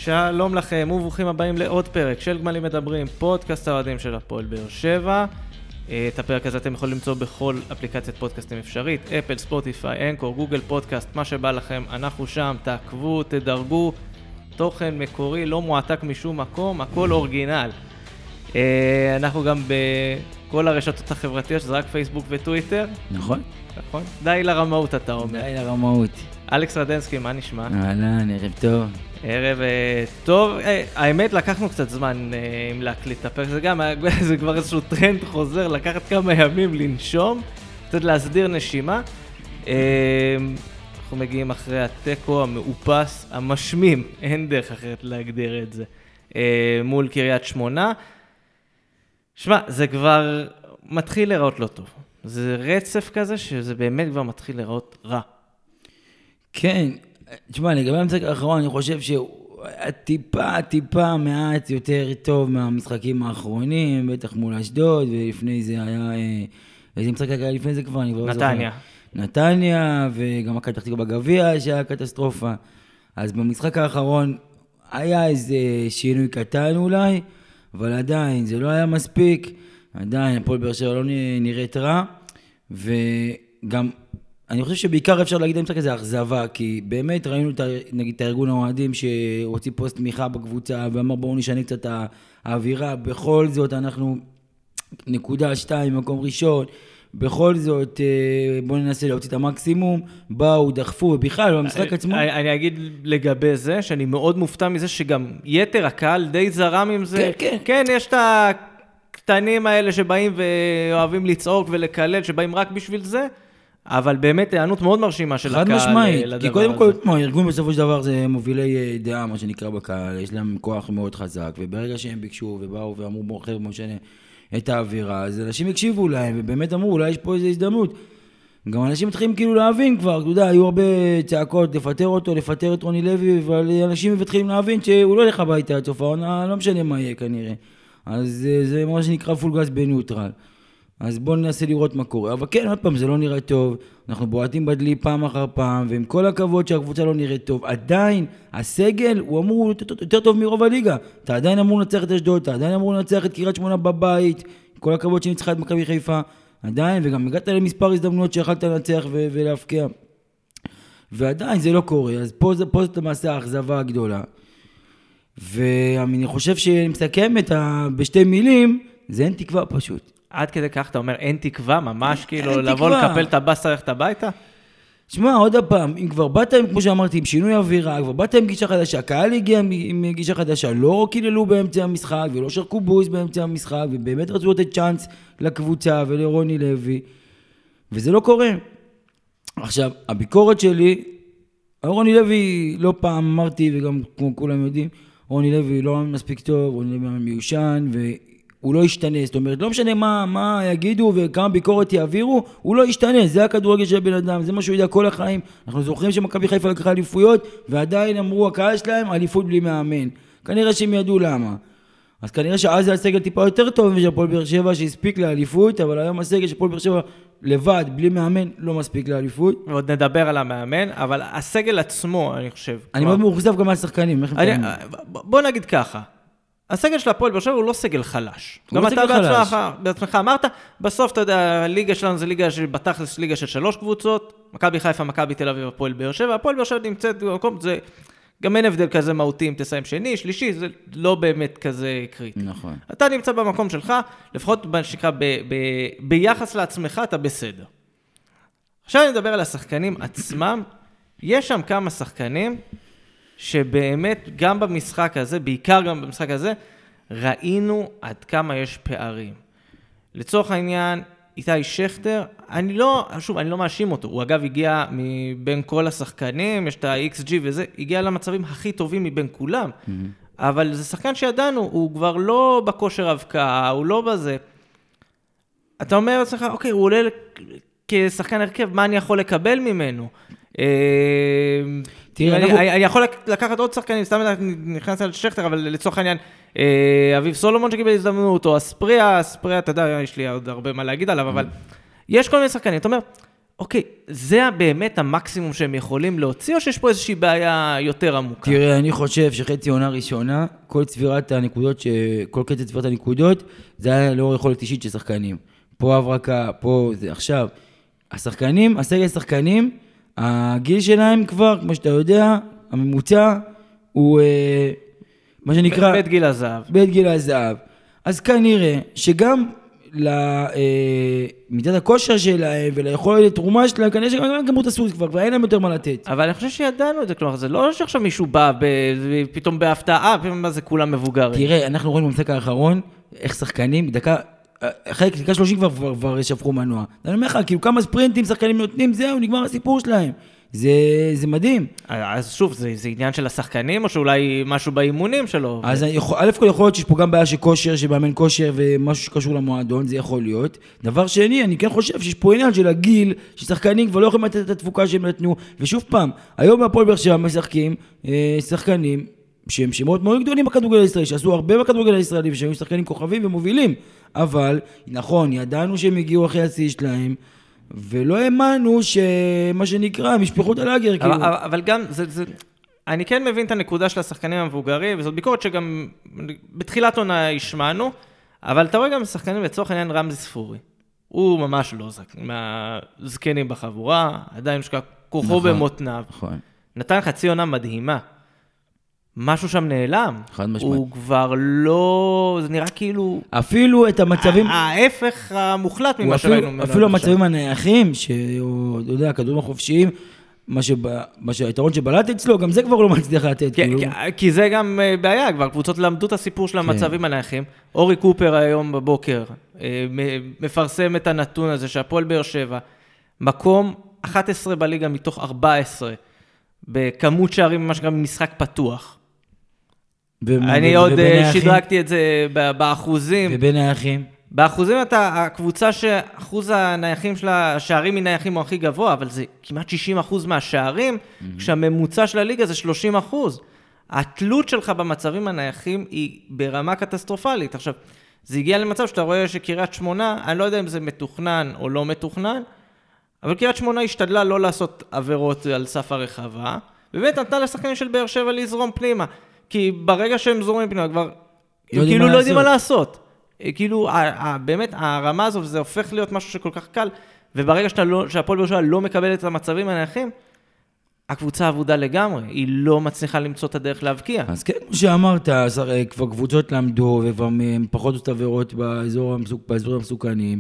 שלום לכם וברוכים הבאים לעוד פרק של גמלים מדברים, פודקאסט האוהדים של הפועל באר שבע. את הפרק הזה אתם יכולים למצוא בכל אפליקציית פודקאסטים אפשרית, אפל, ספוטיפיי, אנקור, גוגל פודקאסט, מה שבא לכם, אנחנו שם, תעקבו, תדרגו, תוכן מקורי, לא מועתק משום מקום, הכל אורגינל. אנחנו גם בכל הרשתות החברתיות, שזה רק פייסבוק וטוויטר. נכון. נכון? די לרמאות אתה אומר. די לרמאות. אלכס רדנסקי, מה נשמע? אהלן, ערב טוב. ערב טוב, האמת לקחנו קצת זמן אם להקליט את הפרק, זה כבר איזשהו טרנד חוזר, לקחת כמה ימים לנשום, קצת להסדיר נשימה. אנחנו מגיעים אחרי הטקו המאופס, המשמים, אין דרך אחרת להגדיר את זה, מול קריית שמונה. שמע, זה כבר מתחיל להיראות לא טוב, זה רצף כזה שזה באמת כבר מתחיל להיראות רע. כן, תשמע, לגבי המשחק האחרון, אני חושב טיפה מעט יותר טוב מהמשחקים האחרונים, בטח מול אשדוד, ולפני זה היה, איזה משחק היה לפני זה כבר, אני כבר נתניה. נתניה, וגם מכבי פתח תקווה בגביע, שהיה קטסטרופה. אז במשחק האחרון היה איזה שינוי קטן אולי, אבל עדיין זה לא היה מספיק, עדיין הפועל באר שבע לא נראית רע, וגם אני חושב שבעיקר אפשר להגיד המשחק הזה אכזבה, כי באמת ראינו נגיד את הארגון האוהדים שהוציא פוסט תמיכה בקבוצה, ואמר בואו נשנה קצת האווירה, בכל זאת אנחנו 2.2 מקום ראשון, בכל זאת בואו ננסה להוציא את המקסימום, באו, דחפו, ובכלל במשחק עצמו. אני אגיד לגבי זה, שאני מאוד מופתע מזה שגם יתר הקהל די זרם עם זה. כן, יש את הקטנים האלה שבאים ואוהבים לצעוק ולקלל, שבאים רק בשביל זה, אבל באמת הענות מאוד מרשימה של הקהל. חד משמעית, כי קודם כל, הארגון בסופו של דבר זה מובילי דעה, מה שנקרא בקהל, יש להם כוח מאוד חזק, וברגע שהם ביקשו ובאו ואמרו בואו אחר משנה את האווירה, אז אנשים הקשיבו להם, ובאמת אמרו, אולי יש פה איזו הזדמנות. גם אנשים מתחילים כאילו להבין כבר, אתה יודע, היו הרבה צעקות, לפטר אותו, לפטר את רוני לוי, אבל אנשים מתחילים להבין שהוא לא ילך הביתה עד סוף העונה, לא משנה מה יהיה כנראה. אז זה מה שנקרא פול גז בניוטרל. אז בואו ננסה לראות מה קורה. אבל כן, עוד פעם, זה לא נראה טוב. אנחנו בועטים בדלי פעם אחר פעם, ועם כל הכבוד שהקבוצה לא נראית טוב, עדיין הסגל הוא אמור יותר טוב מרוב הליגה. אתה עדיין אמור לנצח את אשדוד, אתה עדיין אמור לנצח את קריית שמונה בבית, כל הכבוד שניצחה את מכבי חיפה, עדיין, וגם הגעת למספר הזדמנויות שיכלת לנצח ולהפקיע. ועדיין זה לא קורה, אז פה זאת למעשה האכזבה הגדולה. ואני חושב שמסכם בשתי מילים, זה אין תקווה פשוט. עד כדי כך אתה אומר, אין תקווה, ממש כאילו לבוא לקפל את הבאס ללכת הביתה? שמע, עוד הפעם, אם כבר באת, כמו שאמרתי, עם שינוי אווירה, כבר באת עם גישה חדשה, הקהל הגיע עם גישה חדשה, לא קיללו באמצע המשחק, ולא שרקו בוז באמצע המשחק, ובאמת רצו לתת צ'אנס לקבוצה ולרוני לוי, וזה לא קורה. עכשיו, הביקורת שלי, רוני לוי לא פעם אמרתי, וגם כמו כולם יודעים, רוני לוי לא מספיק טוב, רוני לוי מיושן, הוא לא ישתנה, זאת אומרת, לא משנה מה יגידו וכמה ביקורת יעבירו, הוא לא ישתנה, זה הכדורגל של בן אדם, זה מה שהוא יודע כל החיים. אנחנו זוכרים שמכבי חיפה לקחה אליפויות, ועדיין אמרו הקהל שלהם, אליפות בלי מאמן. כנראה שהם ידעו למה. אז כנראה שאז זה הסגל טיפה יותר טוב של הפועל באר שבע, שהספיק לאליפות, אבל היום הסגל של הפועל באר שבע לבד, בלי מאמן, לא מספיק לאליפות. ועוד נדבר על המאמן, אבל הסגל עצמו, אני חושב. אני מאוד מאוכזב גם מהשחקנים. בוא נגיד ככה. הסגל של הפועל באר שבע הוא לא סגל חלש. גם אתה בעצמך אמרת, בסוף אתה יודע, הליגה שלנו זה ליגה בתכלס ליגה של 3 קבוצות, מכבי חיפה, מכבי תל אביב, הפועל באר שבע, הפועל באר שבע נמצאת במקום, זה גם אין הבדל כזה מהותי אם תסיים שני, שלישי, זה לא באמת כזה קריטי. נכון. אתה נמצא במקום שלך, לפחות שנקרא ביחס לעצמך אתה בסדר. עכשיו אני מדבר על השחקנים עצמם, יש שם כמה שחקנים שבאמת גם במשחק הזה, בעיקר גם במשחק הזה, ראינו עד כמה יש פערים. לצורך העניין, איתי שכטר, אני לא מאשים אותו, הוא אגב הגיע מבין כל השחקנים, יש את ה-XG וזה, הגיע למצבים הכי טובים מבין כולם, אבל זה שחקן שידענו, הוא כבר לא בכושר הבקעה, הוא לא בזה. אתה אומר לעצמך, אוקיי, הוא עולה כשחקן הרכב, מה אני יכול לקבל ממנו? אני יכול לקחת עוד שחקנים, סתם נכנס על שכטר, אבל לצורך העניין, אביב סולומון שקיבל הזדמנות, או אספריה, אתה יודע, יש לי עוד הרבה מה להגיד עליו, אבל יש כל מיני שחקנים, אתה אומר, אוקיי, זה באמת המקסימום שהם יכולים להוציא, או שיש פה איזושהי בעיה יותר עמוקה? תראה, אני חושב שחצי עונה ראשונה, כל צבירת הנקודות, כל קטע צבירת הנקודות, זה היה לאור יכולת אישית של שחקנים. פה הברקה, פה זה. עכשיו, השחקנים, הסגל שחקנים, הגיל שלהם כבר, כמו שאתה יודע, הממוצע הוא, מה שנקרא... בית גיל הזהב. בית גיל הזהב. אז כנראה שגם למידת הכושר שלהם וליכולת תרומה שלהם, כנראה שגם גמרו את הסוס כבר, ואין להם יותר מה לתת. אבל אני חושב שידענו את זה, כלומר, זה לא שעכשיו מישהו בא פתאום בהפתעה, פתאום מה זה כולם מבוגרים. תראה, אנחנו רואים במשחק האחרון, איך שחקנים, דקה 30 כבר שפכו מנוע. אני אומר לך, כאילו כמה ספרינטים שחקנים נותנים, זהו, נגמר הסיפור שלהם. זה מדהים. אז שוב, זה עניין של השחקנים, או שאולי משהו באימונים שלו? אז א' כל יכול להיות שיש פה גם בעיה של כושר, שבאמן כושר ומשהו שקשור למועדון, זה יכול להיות. דבר שני, אני כן חושב שיש פה עניין של הגיל, ששחקנים כבר לא יכולים לתת את התפוקה שהם נתנו, ושוב פעם, היום בהפועל באר שבע משחקים שחקנים שהם שמות מאוד גדולים בכדורגל הישראלי, שעשו הרבה בכדורגל הישראלי, ושהם שחקנים כוכבים ומובילים, אבל נכון, ידענו שהם הגיעו אחרי השיא שלהם, ולא האמנו שמה שנקרא, משפחות על הגר, כאילו. אבל גם, אני כן מבין את הנקודה של השחקנים המבוגרים, וזאת ביקורת שגם בתחילת עונה השמענו, אבל אתה רואה גם שחקנים לצורך העניין רמזי ספורי. הוא ממש לא מהזקנים בחבורה, עדיין כוחו במותניו. נכון. נתן חצי עונה מדהימה. משהו שם נעלם. חד משמעית. הוא כבר לא... זה נראה כאילו... אפילו את המצבים... ההפך המוחלט ממה שראינו. אפילו המצבים הנייחים, שאתה יודע, הכדורים החופשיים, היתרון שבלט אצלו, גם זה כבר לא מצליח לתת. כי זה גם בעיה, כבר קבוצות למדו את הסיפור של המצבים הנייחים. אורי קופר היום בבוקר מפרסם את הנתון הזה, שהפועל באר שבע, מקום 11 בליגה מתוך 14, בכמות שערים ממש גם משחק פתוח. אני עוד שדרגתי את זה באחוזים. ובין הנייחים? באחוזים אתה הקבוצה שאחוז הנייחים שלה, השערים מנייחים הוא הכי גבוה, אבל זה כמעט 60% מהשערים, כשהממוצע של הליגה זה 30%. התלות שלך במצבים הנייחים היא ברמה קטסטרופלית. עכשיו, זה הגיע למצב שאתה רואה שקריית שמונה, אני לא יודע אם זה מתוכנן או לא מתוכנן, אבל קריית שמונה השתדלה לא לעשות עבירות על סף הרחבה, ובאמת נתנה לשחקנים של באר שבע לזרום פנימה, כי ברגע שהם זורמים פנימה כבר, הם כאילו לא יודעים מה לעשות. כאילו, באמת, הרמה הזו, זה הופך להיות משהו שכל כך קל, וברגע שהפועל באר שבע לא מקבלת את המצבים הנייחים, הקבוצה עבודה לגמרי, היא לא מצליחה למצוא את הדרך להבקיע. אז כן, כמו שאמרת, כבר קבוצות למדו, וכבר פחות עושות עבירות באזור המסוכנים,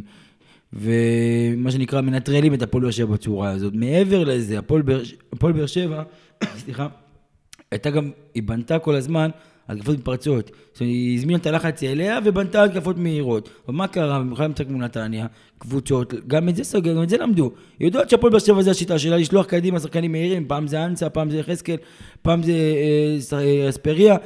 ומה שנקרא, מנטרלים את הפועל באר שבע בצורה הזאת. מעבר לזה, הפועל באר שבע, סליחה, היא בנתה כל הזמן על התקפות מתפרצות. זאת אומרת, היא הזמינה את הלחץ אליה ובנתה על התקפות מהירות. אבל מה קרה? במיוחד מצג כמו נתניה, קבוצות, גם את זה למדו. יודעות שהפועל באר שבע זה השיטה שלה, לשלוח קדימה שחקנים מהירים, פעם זה אנסה, פעם זה חזקאל, פעם זה אספריה,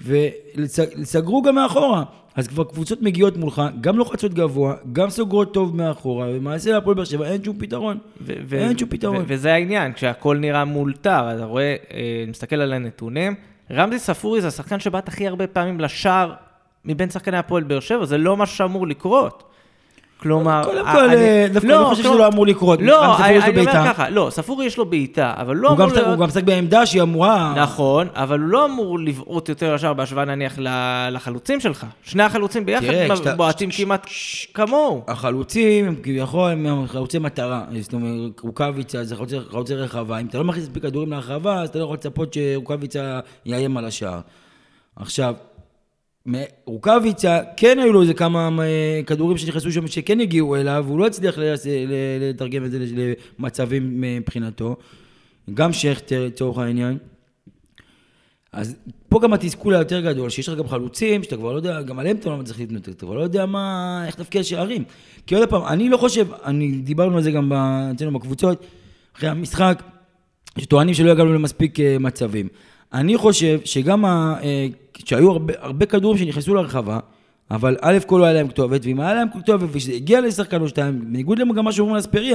וסגרו גם מאחורה. אז כבר קבוצות מגיעות מולך, גם לוחצות גבוה, גם סוגרות טוב מאחורה, ומעשה להפועל באר שבע, אין שום פתרון. אין שום פתרון. וזה העניין, כשהכל נראה מולתר, אתה רואה, מסתכל על הנתונים, רמזי ספורי זה השחקן שבאת הכי הרבה פעמים לשער מבין שחקני הפועל באר שבע, זה לא מה שאמור לקרות. כלומר... קודם כל, דווקא אני חושב שזה לא אמור לקרות. לא, אני אומר ככה, לא, ספורי יש לו בעיטה, אבל לא אמור... הוא גם משחק בעמדה שהיא אמורה... נכון, אבל הוא לא אמור לבעוט יותר לשער בהשוואה נניח לחלוצים שלך. שני החלוצים ביחד בועטים כמעט כמוהו. החלוצים הם כביכול חלוצי מטרה, זאת אומרת, רוקאביצה זה חלוצי רחבה, אם אתה לא מכניס בכדורים לרחבה, אז אתה לא יכול לצפות שרוקאביצה יאיים על השער. עכשיו, רוקאביצה, כן היו לו איזה כמה כדורים שנכנסו שם שכן הגיעו אליו, והוא לא הצליח לתרגם את זה למצבים מבחינתו, גם שכטר לצורך העניין. אז פה גם התסכול היותר גדול, שיש לך גם חלוצים, שאתה כבר לא יודע, גם עליהם אתה לא מצליח לבנות, אתה כבר לא יודע איך תפקיע שערים. כי עוד פעם, אני לא חושב, דיברנו על זה גם אצלנו בקבוצות, אחרי המשחק, שטוענים שלא הגענו למספיק מצבים. אני חושב שגם שהיו הרבה כדורים שנכנסו לרחבה, אבל א' כל לא היה להם כתובת, ואם היה להם כתובת, ושזה הגיע לשחקן או שתיים, בניגוד למה גם שאומרים על אספריה,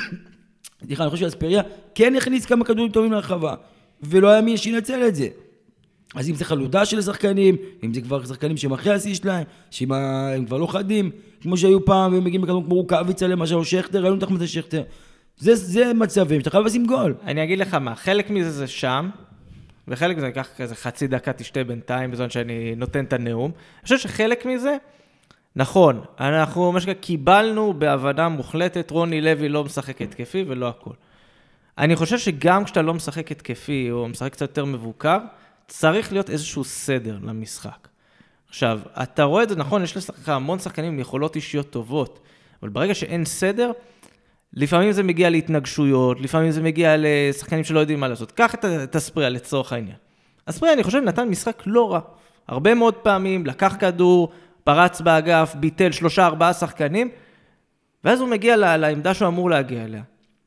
אני חושב שאספריה כן הכניס כמה כדורים טובים לרחבה, ולא היה מי שינצל את זה. אז אם זה חלודה של השחקנים, אם זה כבר שחקנים שהם אחרי השיא שלהם, שהם כבר לא חדים, כמו שהיו פעם, והם מגיעים בכדורים כמו רוקאביצה למשל, או שכטר, ראינו תחת את שכטר. זה מצבים שאתה חייב לשים גול. אני אגיד לך מה, חלק מזה זה שם, וחלק מזה ייקח כזה חצי דקה תשתה בינתיים, בזמן שאני נותן את הנאום. אני חושב שחלק מזה, נכון, אנחנו משהו קיבלנו בהבנה מוחלטת, רוני לוי לא משחק התקפי ולא הכל. אני חושב שגם כשאתה לא משחק התקפי, או משחק קצת יותר מבוקר, צריך להיות איזשהו סדר למשחק. עכשיו, אתה רואה את זה, נכון, יש לך המון שחקנים עם יכולות אישיות טובות, אבל ברגע שאין סדר, לפעמים זה מגיע להתנגשויות, לפעמים זה מגיע לשחקנים שלא יודעים מה לעשות. קח את הספריה לצורך העניין. הספריה, אני חושב, נתן משחק לא רע. הרבה מאוד פעמים, לקח כדור, פרץ באגף, ביטל 3-4 שחקנים, ואז הוא מגיע לעמדה שהוא אמור להגיע אליה.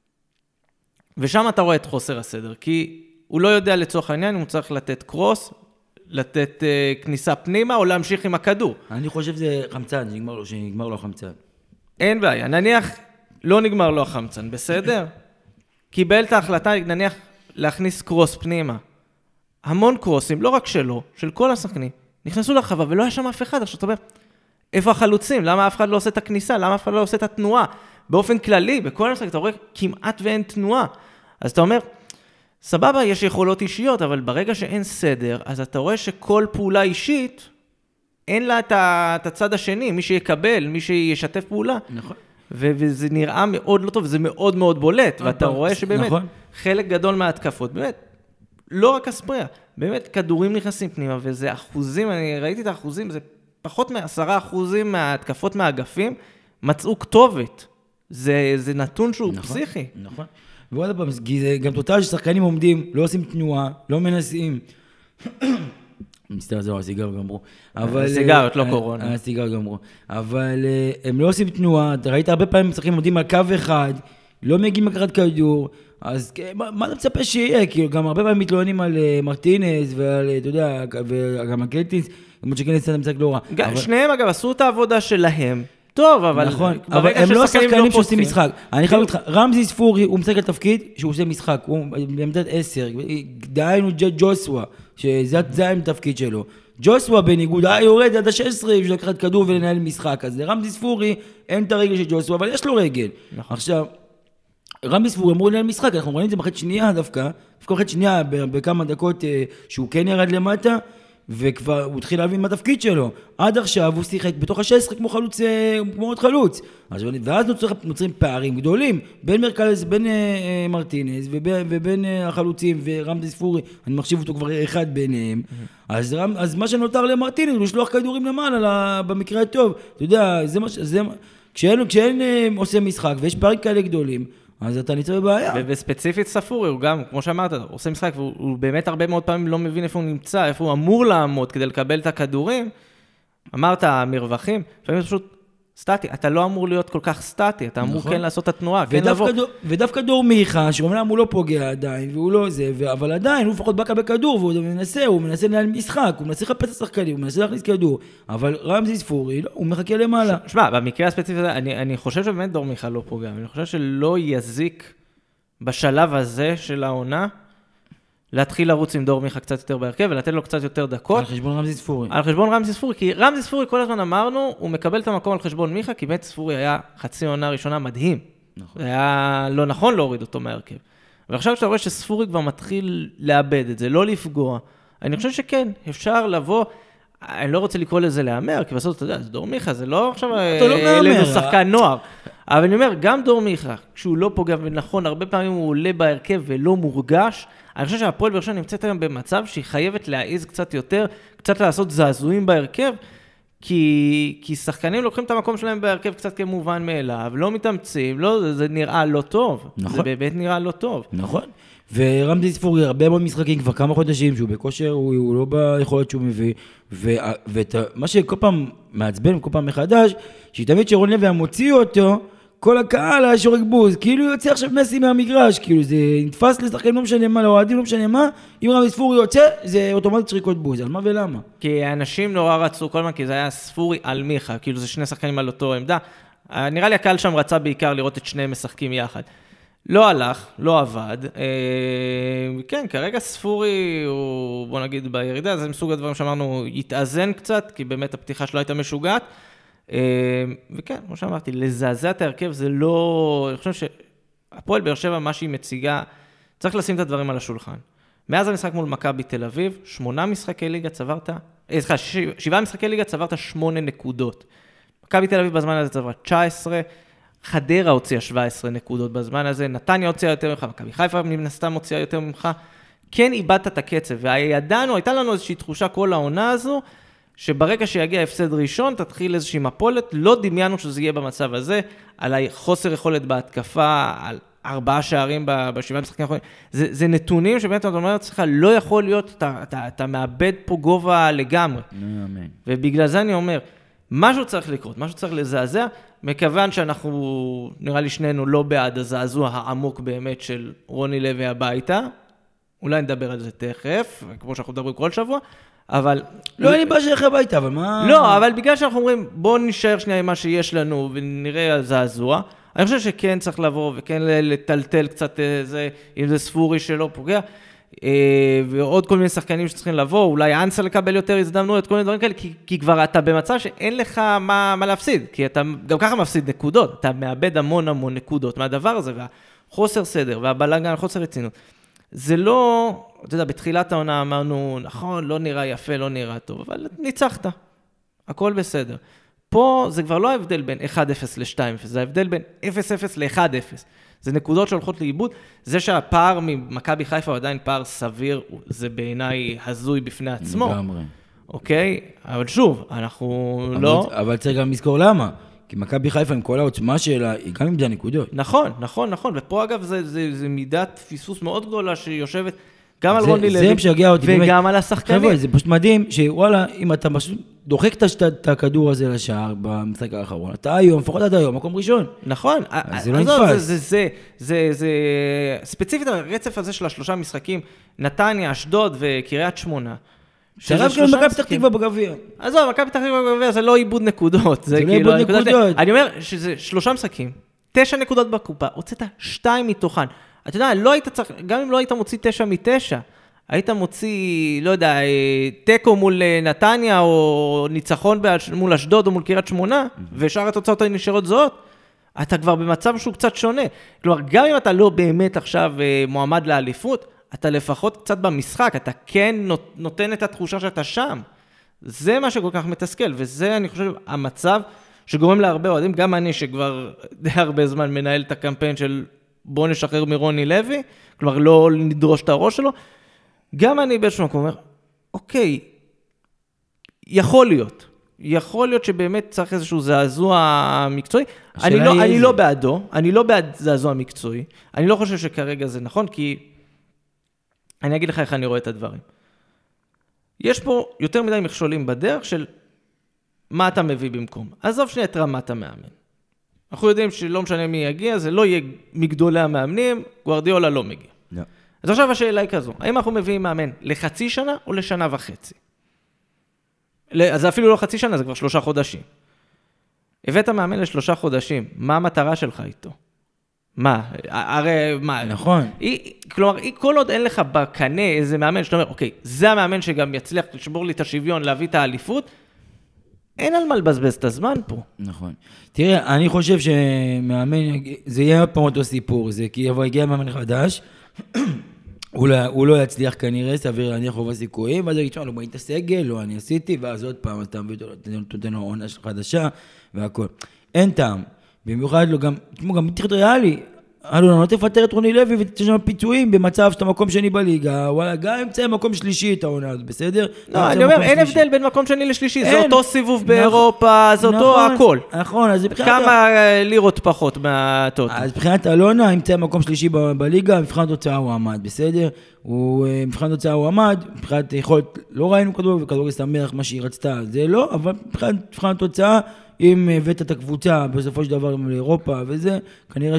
ושם אתה רואה את חוסר הסדר, כי הוא לא יודע לצורך העניין אם הוא צריך לתת קרוס, לתת כניסה פנימה, או להמשיך עם הכדור. אני חושב שזה חמצן, שנגמר לו החמצן. אין בעיה, נניח לא נגמר לו החמצן, בסדר? קיבל את ההחלטה, נניח להכניס קרוס פנימה. המון קרוסים, לא רק שלו, של כל השחקנים, נכנסו לרחבה ולא היה שם אף אחד. עכשיו אתה אומר, איפה החלוצים? למה אף אחד לא עושה את הכניסה? למה אף אחד לא עושה את התנועה? באופן כללי, בכל המשחק אתה רואה כמעט ואין תנועה. אז אתה אומר, סבבה, יש יכולות אישיות, אבל ברגע שאין סדר, אז אתה רואה שכל פעולה אישית, אין לה את הצד השני, מי שיקבל, מי שישתף פעולה. נכון. וזה נראה מאוד לא טוב, זה מאוד מאוד בולט, ואתה רואה שבאמת, נכון. חלק גדול מההתקפות, באמת, לא רק הספריה, באמת כדורים נכנסים פנימה, וזה אחוזים, אני ראיתי את האחוזים, זה פחות מ10% מההתקפות מהאגפים, מצאו כתובת. זה נתון שהוא נכון, פסיכי. נכון. ועוד פעם, זה גם תוצאה ששחקנים עומדים, לא עושים תנועה, לא מנסים. מסתר זהו, הסיגר גמרו. הסיגרות, לא קורונה. הסיגר גמרו. אבל הם לא עושים תנועה, אתה ראית הרבה פעמים שחקנים עומדים על קו אחד, לא מגיעים לקחת כדור, אז מה אתה מצפה שיהיה? כי גם הרבה פעמים מתלוננים על מרטינס ועל, אתה יודע, וגם על קלטינס, למרות שקלטינס זה משחק לא רע. שניהם אגב עשו את העבודה שלהם. טוב, אבל נכון, אבל הם לא שחקנים שעושים משחק. אני חייב אותך, רמזי ספורי הוא משחק על תפקיד שהוא עושה משחק, הוא בעמדת 10, דהיינו ג'וסווה, שזה התפקיד שלו. ג'וסווה בניגוד, יורד עד ה-16 בשביל לקחת כדור ולנהל משחק, אז לרמזי ספורי אין את הרגל של ג'וסווה, אבל יש לו רגל. עכשיו, רמזי ספורי אמור לנהל משחק, אנחנו רואים את זה בחצי שנייה דווקא בחצי שנייה בכמה דקות שהוא כן ירד למטה, וכבר הוא התחיל להבין מה התפקיד שלו. עד עכשיו הוא שיחק בתוך ה-16 כמו חלוץ, כמו עוד חלוץ. ואז נוצרים פערים גדולים בין מרכז, בין מרטינס ובין החלוצים ורמזי ספורי, אני מחשיב אותו כבר אחד ביניהם. אז מה שנותר למרטינס הוא לשלוח כדורים למעלה במקרה הטוב. אתה יודע, כשאין עושה משחק ויש פערים כאלה גדולים, אז אתה ניצא בבעיה. וספציפית ספורי, הוא גם, כמו שאמרת, הוא עושה משחק, והוא באמת הרבה מאוד פעמים לא מבין איפה הוא נמצא, איפה הוא אמור לעמוד כדי לקבל את הכדורים. אמרת, המרווחים, לפעמים זה פשוט סטטי. אתה לא אמור להיות כל כך סטטי, אתה אמור כן לעשות את התנועה, כן לבוא. ודווקא דור מיכה, שאומנם הוא לא פוגע עדיין, והוא לא זה, אבל עדיין הוא לפחות בקע בכדור, והוא מנסה לנהל משחק, הוא מנסה לחפש את השחקנים, הוא מנסה להכניס כדור, אבל רמזי ספורי, הוא מחכה למעלה. שמע, במקרה הספציפי הזה, אני חושב שבאמת דור מיכה לא פוגע, אני חושב שלא יזיק בשלב הזה של העונה, להתחיל לרוץ עם דור מיכה קצת יותר בהרכב, ולתת לו קצת יותר דקות. על חשבון רמזי ספורי. על חשבון רמזי ספורי, כי רמזי ספורי כל הזמן אמרנו, הוא מקבל את המקום על חשבון מיכה, כי באמת ספורי היה חצי עונה ראשונה מדהים. נכון. זה היה לא נכון להוריד אותו מהרכב. ועכשיו כשאתה רואה שספורי כבר מתחיל לאבד את זה, לא לפגוע, אני חושב שכן, אפשר לבוא, אני לא רוצה לקרוא לזה להאמר, כי בסוף אתה יודע, זה דור מיכה, זה לא עכשיו אלינו שחקן נוער. אבל אני אומר, גם דור מיכה, כשהוא לא פוגע ונכון, הרבה פעמים הוא עולה בהרכב ולא מורגש, אני חושב שהפועל באר שבע נמצאת היום במצב שהיא חייבת להעיז קצת יותר, קצת לעשות זעזועים בהרכב, כי שחקנים לוקחים את המקום שלהם בהרכב קצת כמובן מאליו, לא מתאמצים, זה נראה לא טוב. נכון. זה באמת נראה לא טוב. נכון. ורמזי ספורי, הרבה מאוד משחקים, כבר כמה חודשים שהוא בכושר, הוא לא ביכולת שהוא מביא, ומה שכל פעם מעצבן, כל פעם מחדש, שתמיד שרון לוי מוציא אותו, כל הקהל היה שורק בוז, כאילו יוצא עכשיו מסי מהמגרש, כאילו זה נתפס לשחקנים לא משנה מה, לאוהדים לא משנה מה, אם רמזי ספורי יוצא, זה אוטומטית שריקות בוז, על מה ולמה? כי האנשים נורא רצו כל הזמן, כי זה היה ספורי על מיכה, כאילו זה שני שחקנים על אותו עמדה, נראה לי הקהל שם רצה בעיקר לראות את שניהם משחקים יחד. לא הלך, לא עבד, כן, כרגע ספורי הוא, בוא נגיד בירידה, זה מסוג הדברים שאמרנו, יתאזן קצת, כי באמת הפתיחה שלו הייתה משוגעת, וכן, כמו שאמרתי, לזעזע את ההרכב זה לא, אני חושב הפועל באר שבע, מה שהיא מציגה, צריך לשים את הדברים על השולחן. מאז המשחק מול מכבי תל אביב, 7 משחקי ליגה צברת 8 נקודות. מכבי תל אביב בזמן הזה צברה 19, חדרה הוציאה 17 נקודות בזמן הזה, נתניה הוציאה יותר ממך, מכבי חיפה מן הסתם הוציאה יותר ממך, כן איבדת את הקצב, והידענו, הייתה לנו איזושהי תחושה כל העונה הזו, שברגע שיגיע הפסד ראשון, תתחיל איזושהי מפולת, לא דמיינו שזה יהיה במצב הזה, על חוסר יכולת בהתקפה, על 4 שערים ב7 משחקים האחרונים, זה נתונים שבאמת אתה אומר אצלך, לא יכול להיות, אתה מאבד פה גובה לגמרי. ובגלל זה אני אומר, משהו צריך לקרות, משהו צריך לזעזע, מכיוון שאנחנו, נראה לי שנינו לא בעד הזעזוע העמוק באמת של רוני לוי הביתה, אולי נדבר על זה תכף, כמו שאנחנו מדברים כל שבוע, אבל... לא, אני בא שלך הביתה, אבל מה... לא, אבל בגלל שאנחנו אומרים, בואו נשאר שנייה עם מה שיש לנו ונראה על זעזוע, אני חושב שכן צריך לבוא וכן לטלטל קצת זה, אם זה ספורי שלא פוגע, ועוד כל מיני שחקנים שצריכים לבוא, אולי אנסה לקבל יותר הזדמנויות, כל מיני דברים כאלה, כי כבר אתה במצב שאין לך מה להפסיד, כי אתה גם ככה מפסיד נקודות, אתה מאבד המון נקודות מהדבר הזה, והחוסר סדר והבלגן, חוסר רצינות. זה לא, אתה יודע, בתחילת העונה אמרנו, נכון, לא נראה יפה, לא נראה טוב, אבל ניצחת, הכל בסדר. פה זה כבר לא ההבדל בין 1-0 ל-2-0, זה ההבדל בין 0-0 ל-1-0. זה נקודות שהולכות לאיבוד. זה שהפער ממכבי חיפה הוא עדיין פער סביר, זה בעיניי הזוי בפני עצמו. לגמרי. אוקיי? אבל שוב, אנחנו לא... אבל צריך גם לזכור למה. כי מכבי חיפה עם כל העוצמה שלה, היא גם עמדה נקודות. נכון. ופה אגב זה מידת פיסוס מאוד גדולה שיושבת גם על רוני לוי וגם על השחקנים. חבר'ה, זה פשוט מדהים שוואלה, אם אתה פשוט דוחק את הכדור הזה לשער במשחק האחרון, אתה היום, לפחות עד היום, מקום ראשון. נכון. זה לא נתפס. זה ספציפית הרצף הזה של 3 משחקים, נתניה, אשדוד וקריית שמונה. שרב כאילו מכבי פתח תקווה בגביע. אז לא, מכבי פתח תקווה בגביע זה לא איבוד נקודות. זה לא איבוד נקודות. אני אומר שזה 3 משחקים, 9 נקודות בקופה, הוצאת 2 מתוכן. אתה יודע, לא היית צריך, גם אם לא היית מוציא 9 מ-9, היית מוציא, לא יודע, טקו מול נתניה, או ניצחון מול אשדוד, או מול קריית שמונה, ושאר התוצאות נשארות זהות, אתה כבר במצב שהוא קצת שונה. כלומר, גם אם אתה לא באמת עכשיו מועמד לאליפות, אתה לפחות קצת במשחק, אתה כן נותן את התחושה שאתה שם. זה מה שכל כך מתסכל, וזה, אני חושב, המצב שגורם להרבה אוהדים, גם אני שכבר די הרבה זמן מנהל את הקמפיין של בוא נשחרר מרוני לוי, כלומר לא נדרוש את הראש שלו, גם אני באיזשהו מקום אומר, אוקיי, יכול להיות שבאמת צריך איזשהו זעזוע מקצועי, אני לא בעדו, אני לא בעד זעזוע מקצועי, אני לא חושב שכרגע זה נכון, כי אני אגיד לך איך אני רואה את הדברים. יש פה יותר מדי מכשולים בדרך של מה אתה מביא במקום. עזוב שנייה את רמת המאמן. אנחנו יודעים שלא משנה מי יגיע, זה לא יהיה מגדולי המאמנים, גוארדיולה לא מגיע. לא. אז עכשיו השאלה היא כזו, האם אנחנו מביאים מאמן לחצי שנה או לשנה וחצי? אז זה אפילו לא חצי שנה, זה כבר 3 חודשים. הבאת מאמן ל3 חודשים, מה המטרה שלך איתו? מה? הרי מה? נכון. כלומר, כל עוד אין לך בקנה איזה מאמן, שאתה אומר, אוקיי, זה המאמן שגם יצליח לשבור לי את השוויון, להביא את האליפות, אין על מה לבזבז את הזמן פה. נכון. תראה, אני חושב שמאמן, זה יהיה עוד פעם אותו סיפור, זה כי הגיע מאמן חדש, הוא לא יצליח כנראה, סביר להניח רוב הסיכויים, ואז יגיד, לא בואי את הסגל, לא אני עשיתי, ואז עוד פעם, אז אתה נותן לו עונה חדשה, והכל. אין טעם. במיוחד לו גם, כמו גם מתחת ריאלי, לא תפטר את רוני לוי ותתן שם פיצויים במצב שאתה מקום שני בליגה, וואלה, גם אמצעי מקום שלישי את העונה, בסדר? לא, אני אומר, אין הבדל בין מקום שני לשלישי, זה אותו סיבוב באירופה, זה אותו הכל. נכון, אז כמה לירות פחות מהטוטו. אז מבחינת אלונה, אמצעי מקום שלישי בליגה, מבחינת תוצאה הוא עמד, בסדר? מבחינת תוצאה הוא עמד, מבחינת יכולת, לא ראינו כדור, וכדור ישמח מה שהיא רצתה, זה לא, אבל מבחינת תוצאה, אם הבאת את הקבוצה בסופו של דבר לאירופה וזה, כנראה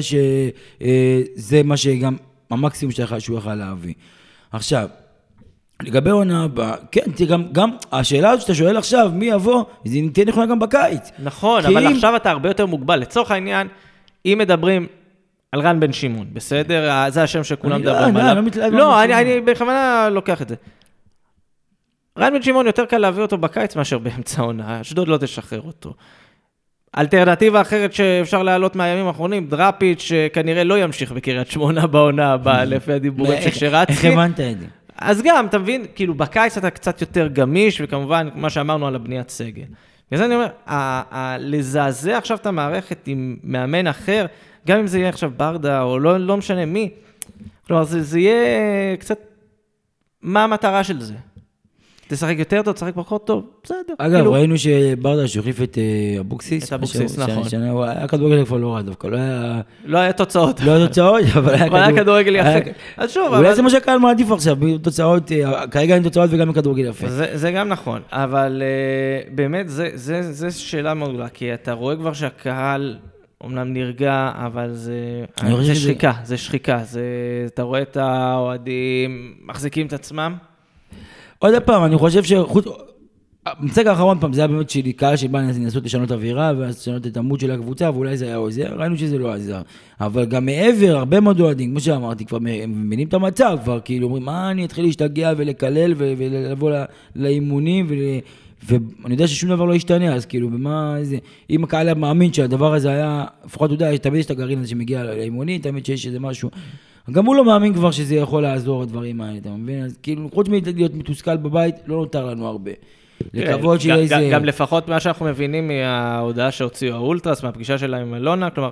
שזה מה שגם המקסימום שהוא יכל להביא. עכשיו, לגבי עונה הבאה, כן, גם השאלה הזאת שאתה שואל עכשיו, מי יבוא, זה תהיה נכונה גם בקיץ. נכון, אבל עכשיו אתה הרבה יותר מוגבל. לצורך העניין, אם מדברים על רן בן שמעון, בסדר? זה השם שכולם מדברים עליו. לא, אני בכוונה לוקח את זה. רן בן שמעון יותר קל להביא אותו בקיץ מאשר באמצע עונה, אשדוד לא תשחרר אותו. אלטרנטיבה אחרת שאפשר להעלות מהימים האחרונים, דראפיץ' שכנראה לא ימשיך בקריית שמונה בעונה הבאה, לפי הדיבורים שרצתי. איך הבנת את זה? אז גם, אתה מבין, כאילו בקיץ אתה קצת יותר גמיש, וכמובן, מה שאמרנו על הבניית סגל. וזה אני אומר, לזעזע עכשיו את המערכת עם מאמן אחר, גם אם זה יהיה עכשיו ברדה, או לא משנה מי, כלומר, זה יהיה קצת, מה המטרה של זה? תשחק יותר טוב, תשחק פחות טוב, בסדר. אגב, ראינו שברדה שהחליף את אבוקסיס. את אבוקסיס, נכון. היה כדורגל כבר לא רע דווקא, לא היה תוצאות. לא היה תוצאות, אבל היה כדורגל יפה. אז שוב, אולי זה מה שהקהל מעדיף עכשיו, תוצאות, כרגע אין תוצאות וגם כדורגל יפה. זה גם נכון, אבל באמת, זה שאלה מאוד גדולה, כי אתה רואה כבר שהקהל אומנם נרגע, אבל זה שחיקה, זה שחיקה. אתה רואה את האוהדים מחזיקים את עצמם, עוד פעם, אני חושב שחוץ... המצג האחרון פעם, זה היה באמת שלי קהל שבא לנסות לשנות אווירה, ואז לשנות את עמוד של הקבוצה, ואולי זה היה עוזר, ראינו שזה לא עזר. אבל גם מעבר, הרבה מאוד אוהדים, כמו שאמרתי, כבר מבינים את המצב, כבר כאילו אומרים, מה אני אתחיל להשתגע ולקלל ולבוא לאימונים, ואני יודע ששום דבר לא ישתנה, אז כאילו, במה זה... אם הקהל היה מאמין שהדבר הזה היה, לפחות אתה יודע, תמיד יש את הגרעין הזה שמגיע לאימונים, תמיד שיש איזה משהו... גם הוא לא מאמין כבר שזה יכול לעזור הדברים האלה, אתה מבין? אז כאילו, חוץ מלהיות מתוסכל בבית, לא נותר לנו הרבה. לקוות שיהיה איזה... גם לפחות מה שאנחנו מבינים מההודעה שהוציאו האולטרס, מהפגישה שלה עם אלונה, כלומר,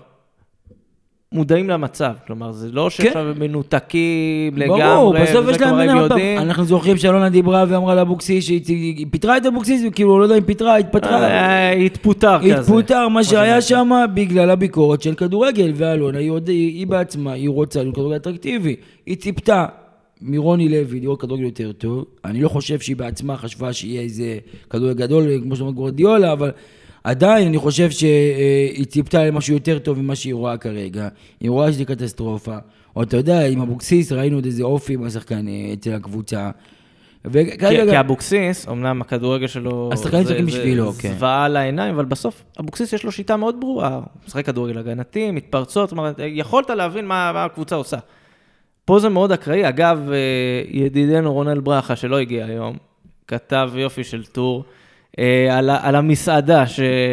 מודעים למצב, כלומר, זה לא שעכשיו הם מנותקים לגמרי, ברור, בסוף יש להם מנה אותם. אנחנו זוכרים שאלונה דיברה ואמרה לאבוקסיס שהיא פיתרה את אבוקסיס, וכאילו, לא יודע אם פיתרה, התפטרה. התפוטר כזה. התפוטר, מה שהיה שם בגלל הביקורת של כדורגל, ואלונה, היא בעצמה, היא רוצה להיות כדורגל אטרקטיבי. היא ציפתה מרוני לוי לראות כדורגל יותר טוב. אני לא חושב שהיא בעצמה חשבה שיהיה איזה כדורגל גדול, כמו שאומרת גוורדיולה, אבל עדיין אני חושב שהיא ציפתה למשהו יותר טוב ממה שהיא רואה כרגע. היא רואה שזה קטסטרופה. או אתה יודע, עם אבוקסיס ראינו עוד איזה אופי מהשחקן אצל הקבוצה. כי אבוקסיס, אמנם הכדורגל שלו זה זוועה לעיניים, אבל בסוף אבוקסיס יש לו שיטה מאוד ברורה. הוא משחק כדורגל הגנתי, מתפרצות, זאת אומרת, יכולת להבין מה הקבוצה עושה. פה זה מאוד אקראי. אגב, ידידנו רונל ברכה, שלא הגיע היום, כתב יופי של טור, על המסעדה,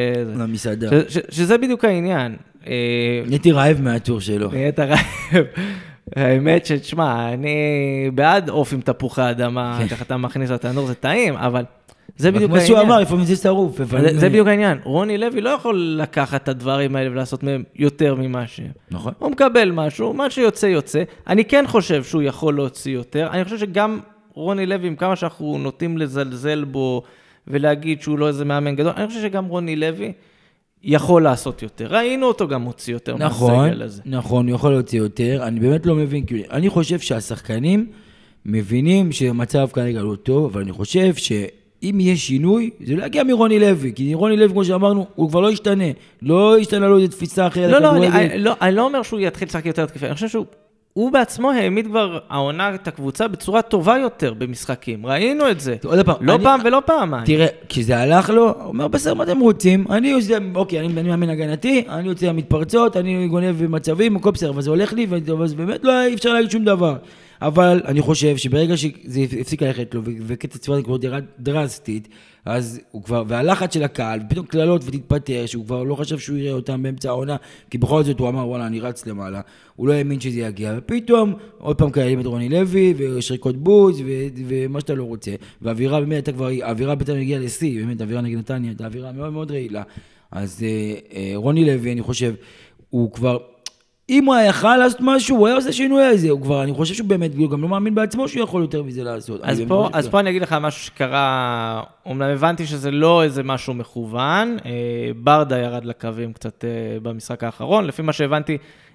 שזה בדיוק העניין. נהייתי רעב מהטור שלו. נהיית רעב. האמת שתשמע, אני בעד עוף עם תפוחי האדמה, ככה אתה מכניס לתנור, זה טעים, אבל זה בדיוק העניין. כמו שהוא אמר, לפעמים זה שרוף. זה בדיוק העניין. רוני לוי לא יכול לקחת את הדברים האלה ולעשות מהם יותר ממה שהם. נכון. הוא מקבל משהו, מה שיוצא יוצא. אני כן חושב שהוא יכול להוציא יותר. אני חושב שגם רוני לוי, עם כמה שאנחנו נוטים לזלזל בו, ולהגיד שהוא לא איזה מאמן גדול, אני חושב שגם רוני לוי יכול לעשות יותר. ראינו אותו גם מוציא יותר מהסגל הזה. נכון, הוא יכול להוציא יותר. אני באמת לא מבין, אני חושב שהשחקנים מבינים שהמצב כרגע לא טוב, אבל אני חושב שאם יהיה שינוי, זה לא יגיע מרוני לוי, כי רוני לוי, כמו שאמרנו, הוא כבר לא ישתנה. לא ישתנה לו איזו תפיסה אחרת. אני לא אומר שהוא יתחיל לשחק יותר תקפה, אני חושב שהוא בעצמו העמיד כבר העונה את הקבוצה בצורה טובה יותר במשחקים. ראינו את זה. לא פעם ולא פעמיים. תראה, כשזה הלך לו, הוא אומר, בסדר, מה אתם רוצים? אני מאמן הגנתי, אני יוצא מתפרצות, אני גונב במצבים, הכל בסדר, אבל זה הולך לי, ובאמת לא אי אפשר להגיד שום דבר. אבל אני חושב שברגע שזה הפסיק ללכת לו, וקצת צורה כבר דרסטית, אז הוא כבר, והלחץ של הקהל, פתאום כללות ותתפטר, שהוא כבר לא חשב שהוא יראה אותם באמצע העונה, כי בכל זאת הוא אמר, וואלה, אני רץ למעלה, הוא לא האמין שזה יגיע, ופתאום, עוד פעם קהלים את רוני לוי, ושריקות בוז, ומה שאתה לא רוצה, והאווירה באמת הייתה כבר, האווירה בטח הגיעה לשיא, באמת, האווירה נגד נתניה, הייתה אווירה מאוד מאוד רעילה, אז רוני לוי, אני חושב, הוא כבר, אם הוא היה יכול לעשות משהו, הוא היה עושה שינוי הזה, הוא כבר, אני חושב שהוא באמת, הוא גם לא מאמין בעצמו שהוא יכול יותר מזה לעשות. אז פה אני אגיד לך משהו שקרה, אומנם הבנתי שזה לא איזה משהו מכוון, ברדה ירד לקווים קצת במשחק האחרון, לפי מה שהבנתי,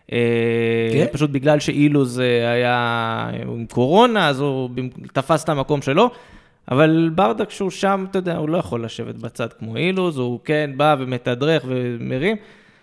פשוט בגלל שאילוז היה עם קורונה, אז הוא תפס את המקום שלו, אבל ברדה כשהוא שם, אתה יודע, הוא לא יכול לשבת בצד כמו אילוז, הוא כן בא ומתדרך ומרים.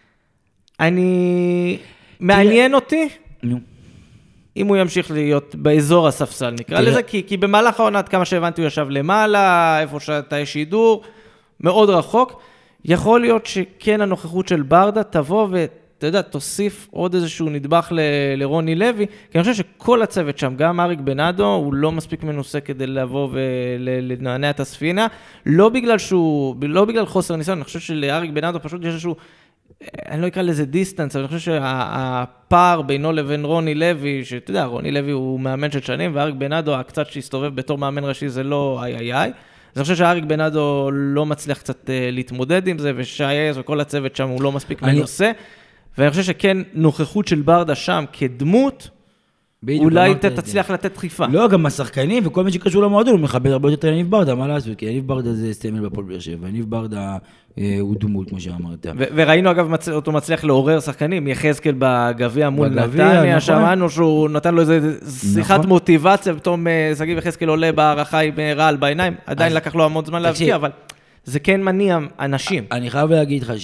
מעניין אותי, אם הוא ימשיך להיות באזור הספסל, נקרא לזה, כי במהלך העונה, כמה שהבנתי, הוא ישב למעלה, איפה שאתה יש שידור, מאוד רחוק. יכול להיות שכן הנוכחות של ברדה תבוא אתה יודע, תוסיף עוד איזשהו נדבך לרוני לוי, כי אני חושב שכל הצוות שם, גם אריק בנאדו, הוא לא מספיק מנוסה כדי לבוא ולנענע את הספינה, לא בגלל חוסר ניסיון, אני חושב שלאריק בנאדו פשוט יש איזשהו, אני לא אקרא לזה דיסטנס, אבל אני חושב שהפער בינו לבין רוני לוי, שאתה יודע, רוני לוי הוא מאמן של שנים, ואריק בנאדו, הקצת שהסתובב בתור מאמן ראשי, זה לא איי. אז אני חושב שאריק בנאדו לא מצליח קצת להתמודד עם זה, ושייס וכל הצוות שם הוא לא מספיק מנוסה, ואני חושב שכן נוכחות של ברדה שם כדמות, אולי תצליח לתת דחיפה. לא, גם השחקנים וכל מי שקשור למועדון, הוא מכבד הרבה יותר יניב ברדה, מה לעשות? כי יניב ברדה זה סמל בפועל באר שבע, יניב ברדה הוא דמות, כמו שאמרת. וראינו אגב אותו מצליח לעורר שחקנים, יחזקאל בגביע מול נתניה, שמענו שהוא נתן לו איזו שיחת מוטיבציה, פתאום שגיב יחזקאל עולה בהערכה עם רעל בעיניים, עדיין לקח לו המון זמן להבקיע, אבל זה כן מניע אנשים. אני חייב להגיד לך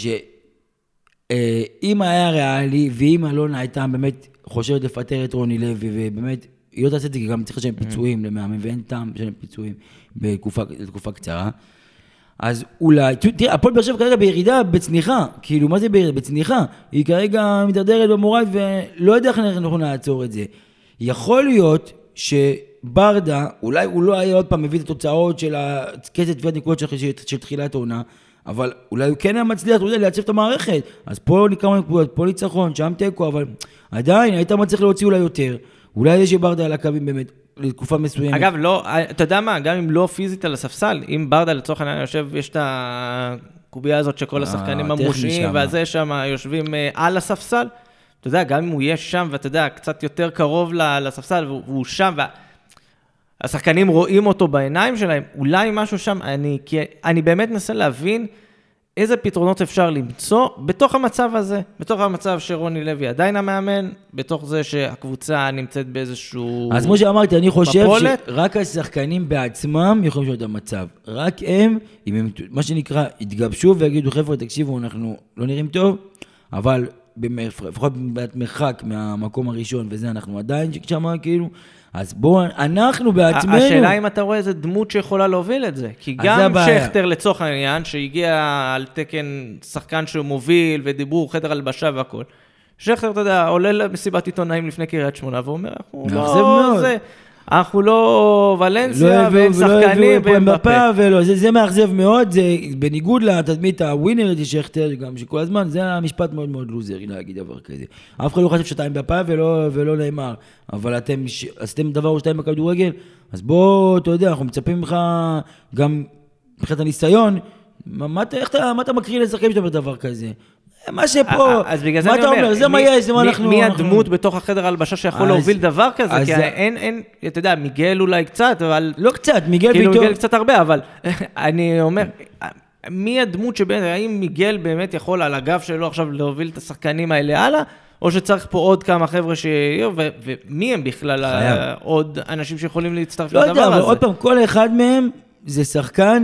שאם היה ריאלי, ואם אלונה הייתה באמת חושבת לפטר את רוני לוי, ובאמת, היא לא תעשה את זה, כי גם צריך לשלם פיצויים למאמן, ואין טעם לשלם פיצויים בתקופה קצרה. אז אולי, תראה, הפועל באר שבע כרגע בירידה, בצניחה, כאילו, מה זה בירידה? בצניחה. היא כרגע מתדרדרת במורד, ולא יודע איך אנחנו נעצור את זה. יכול להיות שברדה, אולי הוא לא היה עוד פעם מביא את התוצאות של הקצת תביעת נקודות של תחילת העונה, אבל אולי הוא כן היה מצליח, הוא יודע, לייצב את המערכת. אז פה כמה נקודות, פה ניצחון, שם תיקו, אבל עדיין היית מצליח להוציא אולי יותר. אולי יש ברדה על הקווים באמת, לתקופה מסוימת. אגב, לא, אתה יודע מה, גם אם לא פיזית על הספסל, אם ברדה לצורך העניין יושב, יש את הקובייה הזאת שכל השחקנים המושעים, והזה שם יושבים על הספסל, אתה יודע, גם אם הוא יש שם, ואתה יודע, קצת יותר קרוב לספסל, והוא שם, והשחקנים רואים אותו בעיניים שלהם, אולי משהו שם, אני באמת מנסה להבין איזה פתרונות אפשר למצוא בתוך המצב הזה, בתוך המצב שרוני לוי עדיין המאמן, בתוך זה שהקבוצה נמצאת באיזשהו... אז כמו שאמרתי, אני חושב שרק השחקנים בעצמם יכולים לשנות את המצב. רק הם, אם הם, מה שנקרא, יתגבשו ויגידו, חבר'ה, תקשיבו, אנחנו לא נראים טוב, אבל לפחות במרחק מהמקום הראשון, וזה אנחנו עדיין שמה כאילו, אז בואו, אנחנו בעצמנו... השאלה אם אתה רואה איזה דמות שיכולה להוביל את זה, כי גם שכתר לצורך העניין, שהגיע על תקן שחקן שהוא מוביל, ודיבור חדר הלבשה והכל, שכתר, אתה יודע, עולה למסיבת עיתונאים לפני קריית שמונה, ואומר, אנחנו לא ולנסיה, ואין שחקנים, ואין בפה. זה מאכזב מאוד, זה בניגוד לתדמית הווינרית שכתר, גם שכל הזמן, זה המשפט מאוד מאוד לוזר, להגיד דבר כזה. אף אחד לא חושב שאתה עם בפה ולא נאמר, אבל אתם עשיתם דבר או שתיים בכדורגל, אז בוא, אתה יודע, אנחנו מצפים ממך גם מבחינת הניסיון, מה אתה מקריא לשחקים שאתה בדבר כזה? מה שפה, מה אתה אומר, זה מה יש, זה מה אנחנו... מי הדמות בתוך החדר הלבשה שיכול להוביל דבר כזה? כי אין, אתה יודע, מיגל אולי קצת, אבל... לא קצת, מיגל פתאום... כאילו מיגל קצת הרבה, אבל אני אומר, מי הדמות שבין, האם מיגל באמת יכול על הגב שלו עכשיו להוביל את השחקנים האלה הלאה, או שצריך פה עוד כמה חבר'ה שיהיו, ומי הם בכלל עוד אנשים שיכולים להצטרף לדבר הזה? לא יודע, אבל עוד פעם, כל אחד מהם זה שחקן,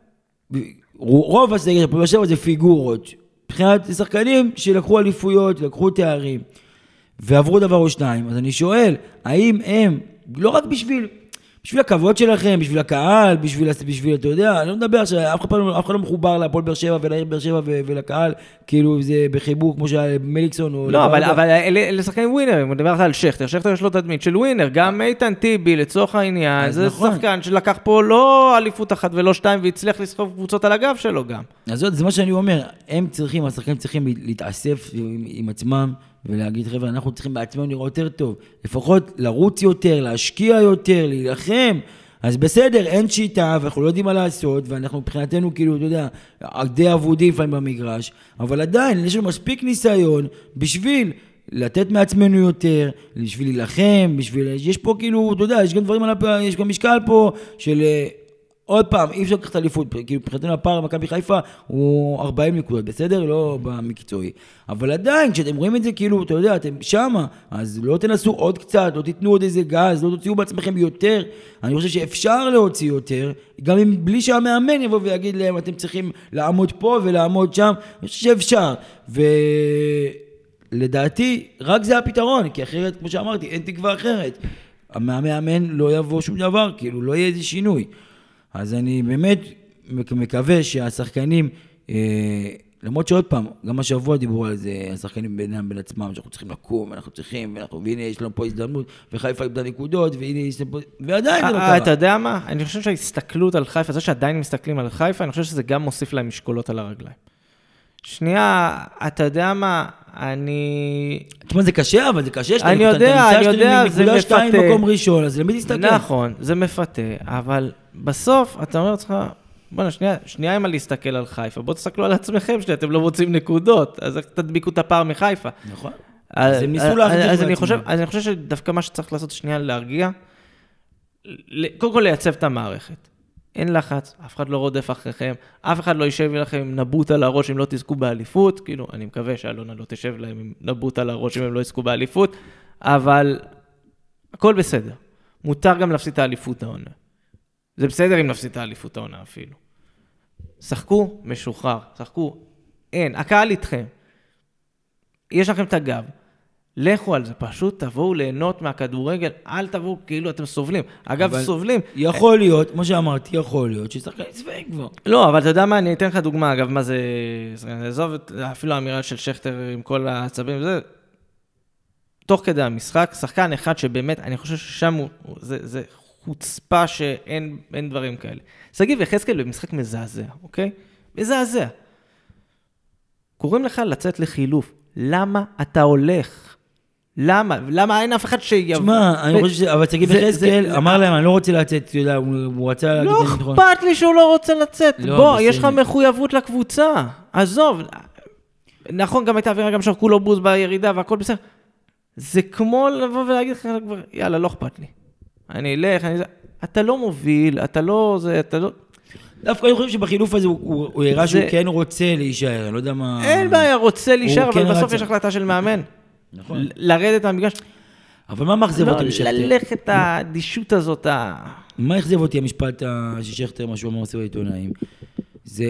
רוב הסגל, פה בשבוע זה פיגורות. מבחינת שחקנים שלקחו אליפויות, לקחו תארים, ועברו דבר או שניים. אז אני שואל, האם הם, לא רק בשביל הכבוד שלכם, בשביל הקהל, בשביל, אתה יודע, אני לא מדבר שאף אחד לא מחובר להפועל באר שבע ולעיר באר שבע ולקהל, כאילו זה בחיבור כמו שמליקסון. לא, אבל אלה שחקנים ווינרים, אני מדבר על שכתר, שכתר יש לו תדמית של ווינר, גם איתן טיבי לצורך העניין, זה שחקן שלקח פה לא אליפות אחת ולא שתיים, והצליח לסחוב קבוצות על הגב שלו גם. אז זה מה שאני אומר, השחקנים צריכים להתאסף עם עצמם, ולהגיד, חבר'ה, אנחנו צריכים בעצמנו לראות יותר טוב, לפחות לרוץ יותר, להשקיע יותר, להילחם, אז בסדר, אין שיטה, ואנחנו לא יודעים מה לעשות, ואנחנו מבחינתנו, כאילו, אתה יודע, די עבודים לפעמים במגרש, אבל עדיין, יש לנו מספיק ניסיון, בשביל לתת מעצמנו יותר, בשביל להילחם, יש פה כאילו, אתה יודע, יש גם דברים יש גם משקל פה, של... עוד פעם, אי אפשר לקחת אליפות, כאילו מבחינתנו הפער מכבי חיפה הוא 40 נקודות, בסדר? לא במקצועי. אבל עדיין, כשאתם רואים את זה, כאילו, אתה יודע, אתם שמה, אז לא תנסו עוד קצת, לא תיתנו עוד איזה גז, לא תוציאו בעצמכם יותר. אני חושב שאפשר להוציא יותר, גם אם בלי שהמאמן יבוא ויגיד להם, אתם צריכים לעמוד פה ולעמוד שם, אני חושב שאפשר. ולדעתי, רק זה הפתרון, כי אחרת, כמו שאמרתי, אין תקווה אחרת. המאמן לא יבוא שום דבר, כאילו, לא יהיה איזה שינוי. אז אני באמת מקווה שהשחקנים למרות שעוד פעם, גם השבוע דיברו על זה, השחקנים בינם בין עצמם, שאנחנו צריכים לקום, והנה יש לנו פה הזדמנות, וחיפה איבדה נקודות, והנה יש לנו פה, ועדיין זה לא קרה. אתה יודע מה? אני חושב שההסתכלות על חיפה, זה שעדיין מסתכלים על חיפה, אני חושב שזה גם מוסיף להם משקולות על הרגליים. שנייה, אתה יודע מה? תשמע, זה קשה, אבל זה קשה. אני יודע, זה מפתה. מקום ראשון, אז למי תסתכל? נכון, זה מפתה, אבל בסוף אתה אומר לך, בוא'נה, שנייה אין מה להסתכל על חיפה, בואו תסתכלו על עצמכם אתם לא רוצים נקודות, אז איך תדביקו את הפער מחיפה? נכון. אז הם ניסו להרגיע. אז אני חושב שדווקא מה שצריך לעשות שנייה להרגיע, קודם כל לייצב את המערכת. אין לחץ, אף אחד לא רודף אחריכם, אף אחד לא יישב לכם עם נבוט על הראש אם לא תזכו באליפות, כאילו, אני מקווה שאלונה לא תשב להם עם נבוט על הראש אם הם לא יזכו באליפות, אבל הכל בסדר. מותר גם להפסיד את האליפות העונה. זה בסדר אם נפסיד את האליפות העונה אפילו. שחקו, משוחרר, שחקו, אין, הקהל איתכם. יש לכם את הגב. לכו על זה, פשוט תבואו ליהנות מהכדורגל, אל תבואו כאילו אתם סובלים. אגב, סובלים. יכול להיות, כמו שאמרתי, יכול להיות ששחקן יצבעים כבר. לא, אבל אתה יודע מה, אני אתן לך דוגמה, אגב, מה זה, עזוב אפילו האמירה של שכטר עם כל העצבים, זה, תוך כדי המשחק, שחקן אחד שבאמת, אני חושב ששם זה חוצפה שאין דברים כאלה. שגיב יחזקאל במשחק מזעזע, אוקיי? מזעזע. קוראים לך לצאת לחילוף. למה אתה הולך? למה אין אף אחד שיבוא? תשמע, אני חושב אבל שגיב יחזקאל אמר להם, אני לא רוצה לצאת, הוא רצה להגיד... לא אכפת לי שהוא לא רוצה לצאת. בוא, יש לך מחויבות לקבוצה. עזוב. נכון, גם הייתה אווירה, גם שרקו לו בוז בירידה והכל בסדר. זה כמו לבוא ולהגיד לך, יאללה, לא אכפת לי. אני אלך, אתה לא מוביל, אתה לא... דווקא אני חושב שבחילוף הזה הוא הראה שהוא כן רוצה להישאר, אני לא יודע מה... אין בעיה, רוצה להישאר, אבל בסוף יש החלטה של מאמן. נכון. לרדת מהמגרש. אבל מה מחזב אותי משכתר? ללכת הדישות הזאת. מה החזב אותי המשפט ששכתר, מה שהוא אמר עושה בעיתונאים? זה...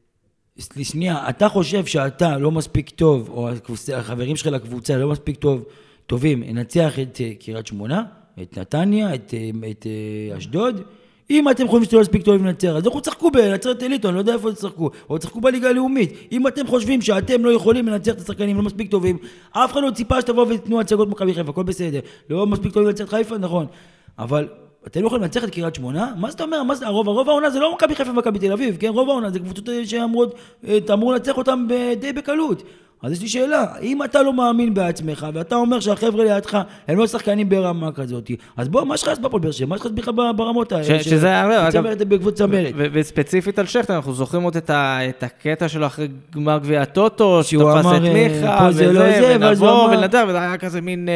שנייה, אתה חושב שאתה לא מספיק טוב, או החברים שלך לקבוצה לא מספיק טובים, נצח את קריית שמונה, את נתניה, את אשדוד, אם אתם חושבים שאתם לא מספיק טובים לנצח, אז אנחנו צחקו בנצרת עילית, אני לא יודע איפה תצחקו, או צחקו בליגה הלאומית. אם אתם חושבים שאתם לא יכולים לנצח את השחקנים, לא מספיק טובים, אף אחד לא ציפה שתבוא ותתנו הצגות מכבי חיפה, הכל בסדר. לא מספיק טובים לנצח את חיפה, נכון. אבל אתם לא יכולים לנצח את קריית שמונה? מה זאת אומרת? רוב העונה זה לא מכבי חיפה ומכבי תל אביב, כן? רוב העונה זה קבוצות שאמרו לנצח אותם די בקלות. אז יש לי שאלה, אם אתה לא מאמין בעצמך, ואתה אומר שהחבר'ה לידך הם לא שחקנים ברמה כזאת, אז בוא, מה שחס בפול באר שבע? מה שחס בכלל ברמות האלה? שזה הרבה, צמרת בקבוצת צמרת. וספציפית על שכטר, אנחנו זוכרים עוד את הקטע שלו אחרי גמר גביע הטוטו, שהוא שתפס את מיכה, וזה, ונבוא, ונדע, וזה היה כזה מין...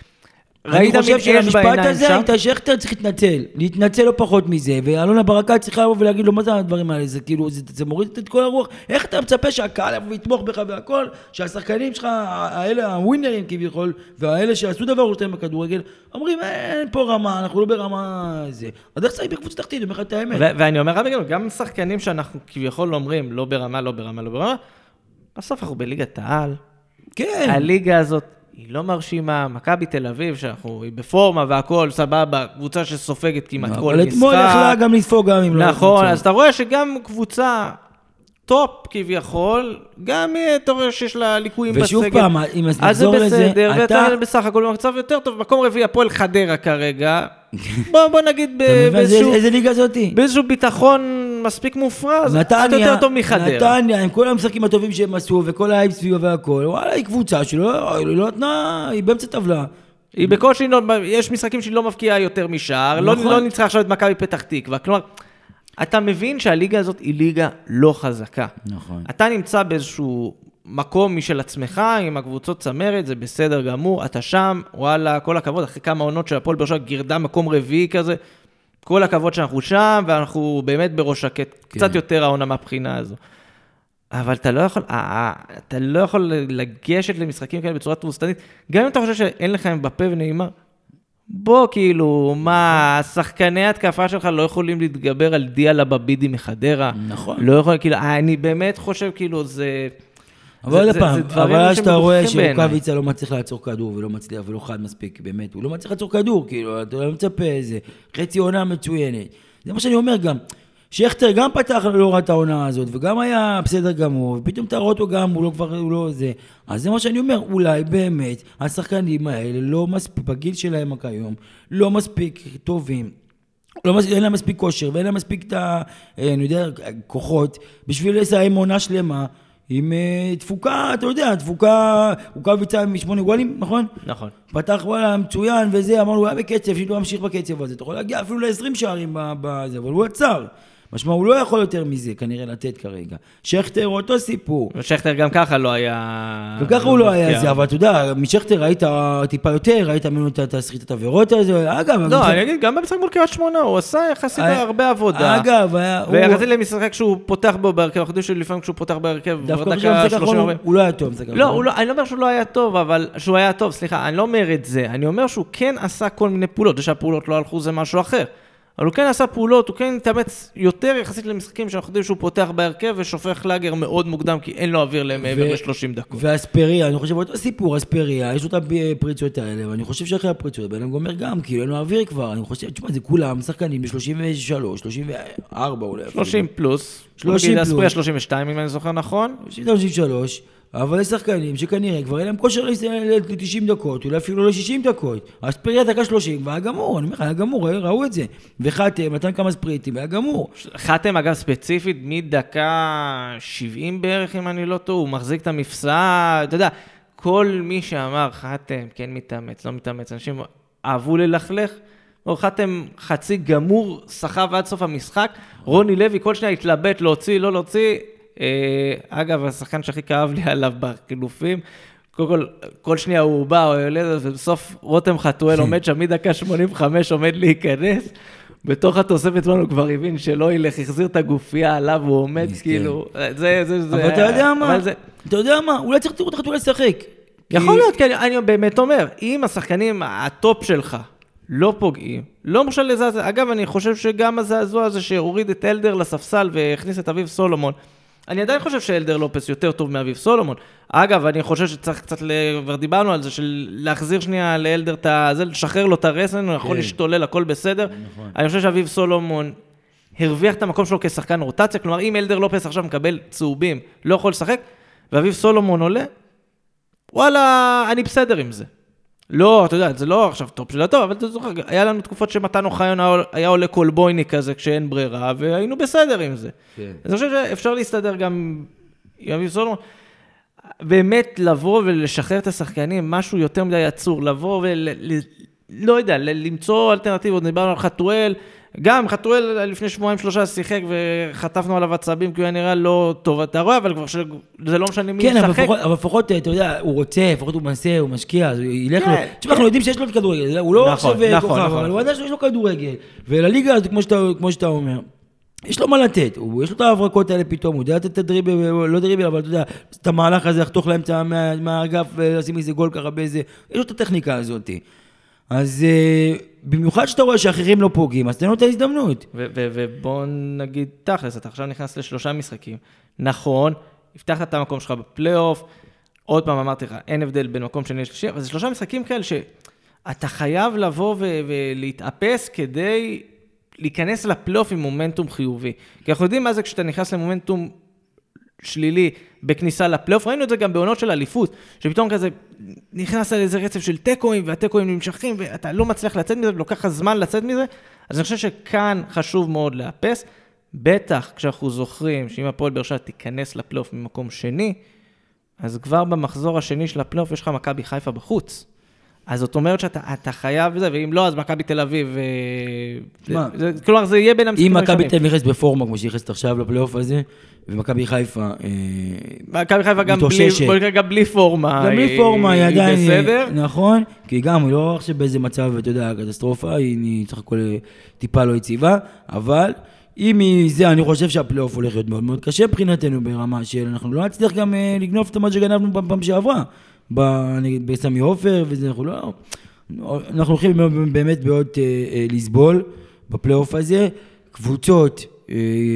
אני חושב שהמשפט הזה, איתה שכטר צריך להתנצל לא פחות מזה, ואלונה ברקת צריכה לבוא ולהגיד לו, מה זה הדברים האלה? זה כאילו, זה מוריד את כל הרוח. איך אתה מצפה שהקהל יתמוך בך והכל, שהשחקנים שלך, האלה, הווינרים כביכול, והאלה שעשו דבר שלהם בכדורגל, אומרים, אין פה רמה, אנחנו לא ברמה זה. אז איך צריך בקבוצה תחתית, אומר לך את האמת. ואני אומר, גם שחקנים שאנחנו כביכול אומרים, לא ברמה, לא ברמה, לא ברמה, בסוף אנחנו בליגת העל. כן. הליגה הזאת היא לא מרשימה, מכבי תל אביב, היא בפורמה והכל, סבבה, קבוצה שסופגת כמעט כל משחק. אבל אתמול יכלה גם לספוג גם אם לא... נכון, אז אתה רואה שגם קבוצה טופ כביכול, גם אתה רואה שיש לה ליקויים בסגל. ושוב פעם, אם נחזור לזה, אז זה בסדר, ואתה בסך הכל במצב יותר טוב, מקום רביעי הפועל חדרה כרגע, בוא נגיד איזה ליגה זאתי? באיזשהו ביטחון מספיק מופרז, אתה יותר טוב מחדרה. נתניה, עם כל המשחקים הטובים שהם עשו, וכל האייפ סביבה והכל, וואלה, היא קבוצה שלא נתנה, היא באמצע טבלה. היא בקושי, יש משחקים שהיא לא מפקיעה יותר משאר, לא ניצחה עכשיו את מכבי פתח תקווה, כלומר, אתה מבין שהליגה הזאת היא ליגה לא חזקה. נכון. אתה נמצא באיזשהו מקום משל עצמך, עם הקבוצות צמרת, זה בסדר גמור, אתה שם, וואלה, כל הכבוד, אחרי כמה עונות של הפועל באר שבע גירדה מקום רביעי כזה, כל הכבוד שאנחנו שם, ואנחנו באמת בראש שקט, קצת יותר העונה מהבחינה הזו. אבל אתה לא יכול לגשת למשחקים כאלה בצורה תבוסתנית, גם אם אתה חושב שאין לך בפה ונעימה, בוא, כאילו, מה, שחקני התקפה שלך לא יכולים להתגבר על דיאלה בבידי מחדרה. נכון. לא יכולים, כאילו, אני באמת חושב, כאילו, זה... אבל עוד פעם, אבל שאתה רואה שרוקאביצה לא מצליח לעצור כדור, ולא מצליח, ולא חד מספיק, באמת, הוא לא מצליח לעצור כדור, כאילו, אתה לא מצפה איזה, חצי עונה מצוינת. זה מה שאני אומר גם, שכטר גם פתח לא רע את העונה הזאת, וגם היה בסדר גמור, ופתאום תראה אותו גם, הוא לא זה. אז זה מה שאני אומר, אולי באמת השחקנים האלה לא מספיק, בגיל שלהם כיום, לא מספיק טובים. אין להם מספיק כושר, ואין להם מספיק אני יודע, כוחות, בשביל לסיים עונה שלמה, עם תפוקה, אתה יודע, תפוקה, הוא קו ביצע מ8 גולים, נכון? נכון. פתח וואלה, מצוין וזה, אמרנו, הוא היה בקצב, שאם הוא ממשיך בקצב הזה, אתה יכול להגיע אפילו ל20 שערים בזה, אבל הוא עצר. משמע, הוא לא יכול יותר מזה, כנראה לתת כרגע. שכטר, אותו סיפור. שכטר גם ככה לא היה... גם ככה הוא לא היה זה, אבל אתה יודע, משכטר ראית טיפה יותר, ראית ממנו את הסחיטת עבירות הזה, אגב... לא, אני אגיד, גם במשחק מול קריית שמונה, הוא עשה יחסית הרבה עבודה. אגב, ויחסית למשחק כשהוא פותח בו בהרכב, אנחנו יודעים שלפעמים כשהוא פותח בהרכב, דווקא הוא לא היה טוב. אני לא אומר שהוא לא היה טוב, אבל שהוא היה טוב, סליחה, אני לא אומר את זה, אני אומר שהוא כן עשה כל מיני פעולות, זה שהפעולות לא הלכו, זה משהו אחר. אבל הוא כן עשה פעולות, הוא כן התאמץ יותר יחסית למשחקים שאנחנו יודעים שהוא פותח בהרכב ושופך לאגר מאוד מוקדם, כי אין לו אוויר למעבר ל-30 דקות. והאספריה, אני חושב, אותו סיפור, אספריה, יש לו את הפריצות האלה, ואני חושב שאחרי הפריצות, בן אדם גומר גם, כאילו אין לו אוויר כבר, אני חושב, תשמע, זה כולם שחקנים ב-33, 34 אולי. 30 פלוס. 30 פלוס. אספריה 32, אם אני זוכר נכון. 33. אבל יש שחקנים שכנראה כבר אין להם כושר ל-90 דקות, אולי אפילו לא 60 דקות. הספריה דקה 30, והיה גמור, אני אומר לך, היה גמור, ראו את זה. וחתם, נתן כמה ספריטים, והיה גמור. חתם, אגב, ספציפית, מדקה 70 בערך, אם אני לא טועה, הוא מחזיק את המפסעה, אתה יודע, כל מי שאמר, חתם, כן מתאמץ, לא מתאמץ, אנשים אהבו ללכלך, או חתם חצי גמור, סחב עד סוף המשחק, רוני לוי כל שניה התלבט להוציא, לא להוציא, אגב, השחקן שהכי כאב לי עליו בחילופים, כל שניה הוא בא, הוא יולד, ובסוף רותם חתואל עומד שם מדקה 85, עומד להיכנס, בתוך התוספת זמן הוא כבר הבין שלא ילך, החזיר את הגופייה עליו, הוא עומד כאילו, זה... אבל אתה יודע מה? אתה יודע מה? אולי צריך לראות חתואל לשחק. יכול להיות, כי אני באמת אומר, אם השחקנים הטופ שלך לא פוגעים, לא משל לזעזע, אגב, אני חושב שגם הזעזוע הזה שהוריד את אלדר לספסל והכניס את אביב סולומון, אני עדיין חושב שאלדר לופס יותר טוב מאביב סולומון. אגב, אני חושב שצריך קצת, כבר דיברנו על זה, של להחזיר שנייה לאלדר את זה, לשחרר לו את הרסן, הוא יכול להשתולל, הכל בסדר. אני חושב שאביב סולומון הרוויח את המקום שלו כשחקן רוטציה, כלומר, אם אלדר לופס עכשיו מקבל צהובים, לא יכול לשחק, ואביב סולומון עולה, וואלה, אני בסדר עם זה. לא, אתה יודע, זה לא עכשיו טופ של הטוב, אבל אתה זוכר, היה לנו תקופות שמתן אוחיון היה עולה קולבויני כזה כשאין ברירה, והיינו בסדר עם זה. אז אני חושב שאפשר להסתדר גם עם אביב סולומון, באמת לבוא ולשחרר את השחקנים, משהו יותר מדי עצור, לבוא לא יודע, למצוא אלטרנטיבות, דיברנו על חתואל, גם חתואל לפני 2-3 שיחק וחטפנו עליו עצבים, כי הוא היה נראה לא טוב, אתה רואה, אבל כבר שזה לא משנה מי ישחק. כן, אבל לפחות, אתה יודע, הוא רוצה, לפחות הוא מנסה, הוא משקיע, אז הוא ילך לו. תשמע, אנחנו יודעים שיש לו את כדורגל, הוא לא עכשיו כוכב, אבל הוא עדיין שיש לו כדורגל. ולליגה הזאת, כמו שאתה אומר, יש לו מה לתת, יש לו את ההברקות האלה פתאום, הוא יודע לתת את הדריבל, לא דריבל, אבל אתה יודע, את המהלך הזה, לחתוך להם מהאגף ולשים איזה גול ככה באיזה, יש לו את הטכניקה הזאת. אז במיוחד שאתה רואה שאחרים לא פוגעים, אז תן לו את ההזדמנות. ובוא נגיד תכלס, אתה עכשיו נכנס ל3 משחקים. נכון, הבטחת את המקום שלך בפלייאוף, עוד פעם אמרתי לך, אין הבדל בין מקום שני לשלישי, אבל זה 3 משחקים כאלה שאתה חייב לבוא ולהתאפס כדי להיכנס לפלייאוף עם מומנטום חיובי. כי אנחנו יודעים מה זה כשאתה נכנס למומנטום שלילי בכניסה לפלייאוף, ראינו את זה גם בעונות של אליפות, שפתאום כזה נכנס על איזה רצף של טקואים, והטקואים נמשכים, ואתה לא מצליח לצאת מזה, ולוקח לך זמן לצאת מזה, אז אני חושב שכאן חשוב מאוד לאפס, בטח כשאנחנו זוכרים שאם הפועל באר שבע תיכנס לפלייאוף ממקום שני, אז כבר במחזור השני של הפלייאוף יש לך מכבי חיפה בחוץ. אז זאת אומרת שאתה חייב וזה, ואם לא, אז מכבי תל אביב, כלומר זה יהיה בין המשחקים הראשונים. אם מכבי תל אביב נכנסת בפורמה, כמו שהיא עכשיו לפלייאוף הזה, ומכבי חיפה מכבי חיפה גם בלי פורמה, גם בלי פורמה היא עדיין בסדר. נכון, כי גם היא לא עכשיו באיזה מצב, אתה יודע, קטסטרופה, היא צריך הכל טיפה לא יציבה, אבל אם זה, אני חושב שהפלייאוף הולך להיות מאוד מאוד קשה מבחינתנו ברמה של, אנחנו לא נצליח גם לגנוב את מה שגנבנו פעם שעברה, בסמי עופר, וזה אנחנו לא, אנחנו הולכים באמת בעוד לסבול בפלייאוף הזה, קבוצות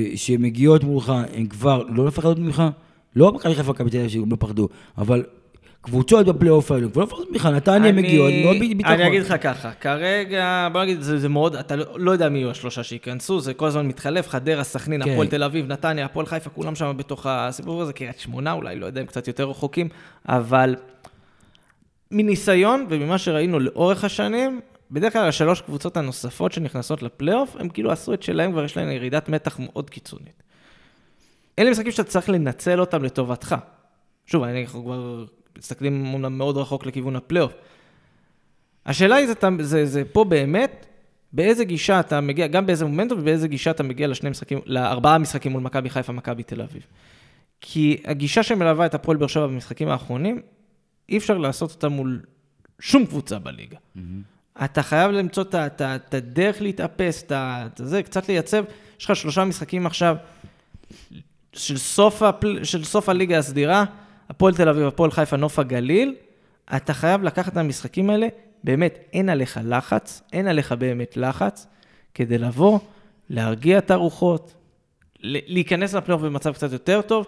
שמגיעות מולך, הן כבר לא מפחדות ממך, לא מכבי חיפה מכבי תל אביב שגם לא פחדו, אבל קבוצות בפלייאוף האלו, כבר לא פחות בכלל, נתניה מגיעות, מאוד ביטחון. אני אגיד לך ככה, כרגע, בוא נגיד, זה מאוד, אתה לא יודע מי יהיו השלושה שיכנסו, זה כל הזמן מתחלף, חדרה, סכנין, הפועל תל אביב, נתניה, הפועל חיפה, כולם שם בתוך הסיפור הזה, קריית שמונה, אולי, לא יודע, הם קצת יותר רחוקים, אבל מניסיון וממה שראינו לאורך השנים, בדרך כלל השלוש קבוצות הנוספות שנכנסות לפלייאוף, הם כאילו עשו את שלהם, כבר יש להם ירידת מתח מאוד קיצונית. אלה משחקים שאתה צריך לנצל אותם לטובתך. שוב, אנחנו כבר מסתכלים מאוד רחוק לכיוון הפלייאוף. השאלה היא, זה פה באמת, באיזה גישה אתה מגיע, גם באיזה מומנטום, ובאיזה גישה אתה מגיע לארבעה משחקים מול מכבי חיפה, מכבי תל אביב. כי הגישה שמלווה את הפועל באר שבע במשחקים האחרונים, אי אפשר לעשות אותה מול שום קבוצה בליגה. אתה חייב למצוא את הדרך להתאפס, קצת לייצב. יש לך 3 משחקים עכשיו של סוף הליגה הסדירה, הפועל תל אביב, הפועל חיפה, נוף הגליל. אתה חייב לקחת את המשחקים האלה, באמת אין עליך לחץ, אין עליך באמת לחץ, כדי לבוא, להרגיע את הרוחות, להיכנס לפלייאוף במצב קצת יותר טוב.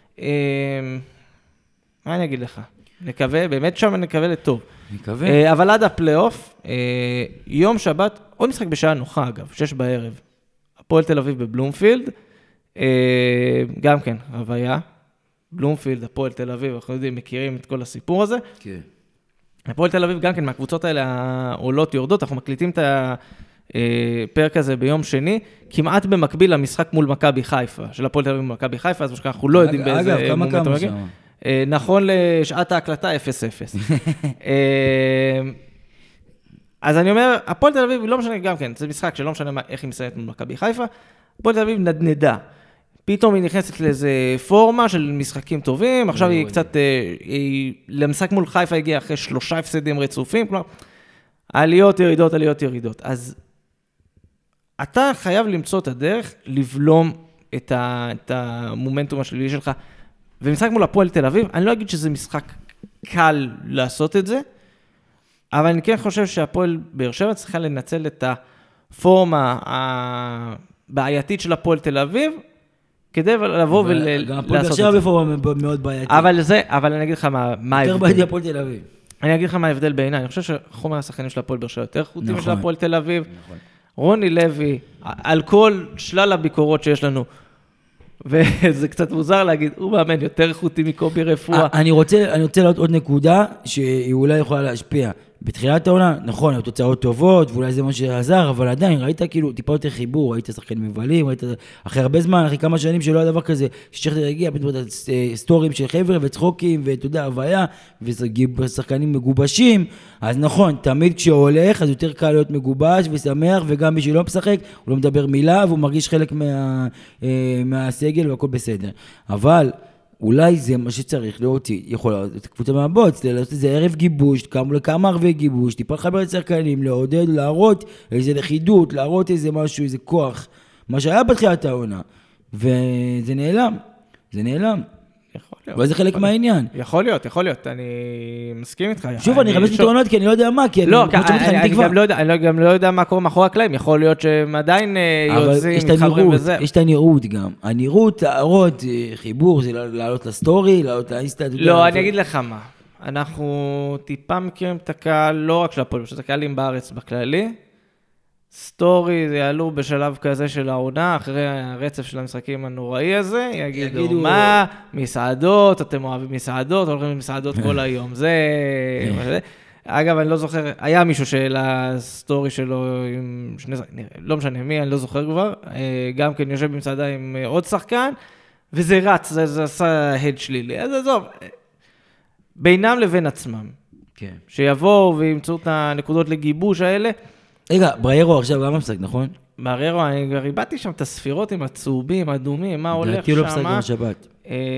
מה אני אגיד לך? נקווה, באמת שם נקווה לטוב. נקווה. אבל עד הפלייאוף, יום שבת, עוד משחק בשעה נוחה אגב, 6 בערב, הפועל תל אביב בבלומפילד, גם כן, רוויה, בלומפילד, הפועל תל אביב, אנחנו יודעים, מכירים את כל הסיפור הזה. כן. הפועל תל אביב גם כן, מהקבוצות האלה העולות יורדות, אנחנו מקליטים את הפרק הזה ביום שני, כמעט במקביל למשחק מול מכבי חיפה, של הפועל תל אביב מול מכבי חיפה, אז אנחנו לא יודעים באיזה מומנט הוא מגיע. נכון לשעת ההקלטה 0-0. אז אני אומר, הפועל תל אביב, לא משנה גם כן, זה משחק שלא משנה איך היא מסיימת מול מכבי חיפה, הפועל תל אביב נדנדה. פתאום היא נכנסת לאיזה פורמה של משחקים טובים, עכשיו היא קצת, למשחק מול חיפה הגיעה אחרי 3 הפסדים רצופים, כלומר, עליות ירידות, עליות ירידות. אז אתה חייב למצוא את הדרך, לבלום את המומנטום השלילי שלך, ומשחק מול הפועל תל אביב, אני לא אגיד שזה משחק קל לעשות את זה, אבל אני כן חושב שהפועל באר שבע צריכה לנצל את הפורמה הבעייתית של הפועל תל אביב, כדי לבוא ולעשות גם הפועל באר שבע בפורמה מאוד בעייתית. אבל אני אגיד לך מה ההבדל. יותר בעייתי הפועל תל אביב. אני אגיד לך מה ההבדל בעיניי, אני חושב שחומר השחקנים של הפועל באר שבע יותר חוטים של הפועל תל אביב. רוני לוי, על כל שלל הביקורות שיש לנו, וזה קצת מוזר להגיד, הוא מאמן יותר איכותי מקובי רפואה. אני רוצה לעוד עוד נקודה שהיא אולי יכולה להשפיע. בתחילת העונה, נכון, התוצאות טובות, ואולי זה מה שעזר, אבל עדיין ראית כאילו טיפה יותר חיבור, ראית שחקנים מבלים, ראית אחרי הרבה זמן, אחרי כמה שנים שלא היה דבר כזה, ששכתר הגיע, פתאום סטורים של חבר'ה וצחוקים, ואתה יודע, הוויה, ושחקנים מגובשים, אז נכון, תמיד כשהולך, אז יותר קל להיות מגובש ושמח, וגם מי שלא משחק, הוא לא מדבר מילה, והוא מרגיש חלק מהסגל, והכל בסדר. אבל אולי זה מה שצריך להוציא, יכול להיות קבוצה מהבוץ, לעשות איזה ערב גיבוש, כמה ערבי גיבוש, טיפה לחבר את שחקנים, לעודד, להראות איזה לכידות, להראות איזה משהו, איזה כוח, מה שהיה בתחילת העונה, וזה נעלם, זה נעלם. יכול להיות. וזה חלק מהעניין. יכול להיות, אני מסכים איתך. שוב, אני חייב פתרונות, כי אני לא יודע מה, כי לא, אני גם לא יודע מה קורה מאחורי הקלעים, יכול להיות שהם עדיין יוצאים, מתחברים וזה. יש את הנראות גם. הנראות, להראות, חיבור, זה לעלות לסטורי, לעלות לאינסטנט. לא, אני אגיד לך מה. אנחנו טיפה מכירים את הקהל, לא רק של הפועל, שזה קהלים בארץ בכללי. סטורי, זה יעלו בשלב כזה של העונה, אחרי הרצף של המשחקים הנוראי הזה, יגידו מה, מסעדות, אתם אוהבים מסעדות, הולכים למסעדות כל היום, זה... אגב, אני לא זוכר, היה מישהו שהעלה סטורי שלו עם שני... לא משנה מי, אני לא זוכר כבר, גם כן יושב במסעדה עם עוד שחקן, וזה רץ, זה עשה הד שלילי, אז עזוב, בינם לבין עצמם, שיבואו וימצאו את הנקודות לגיבוש האלה, רגע, בריירו עכשיו גם משחק, נכון? בריירו, אני כבר איבדתי שם את הספירות עם הצהובים, אדומים, מה הולך שם. דעתי לא משחק גם שבת.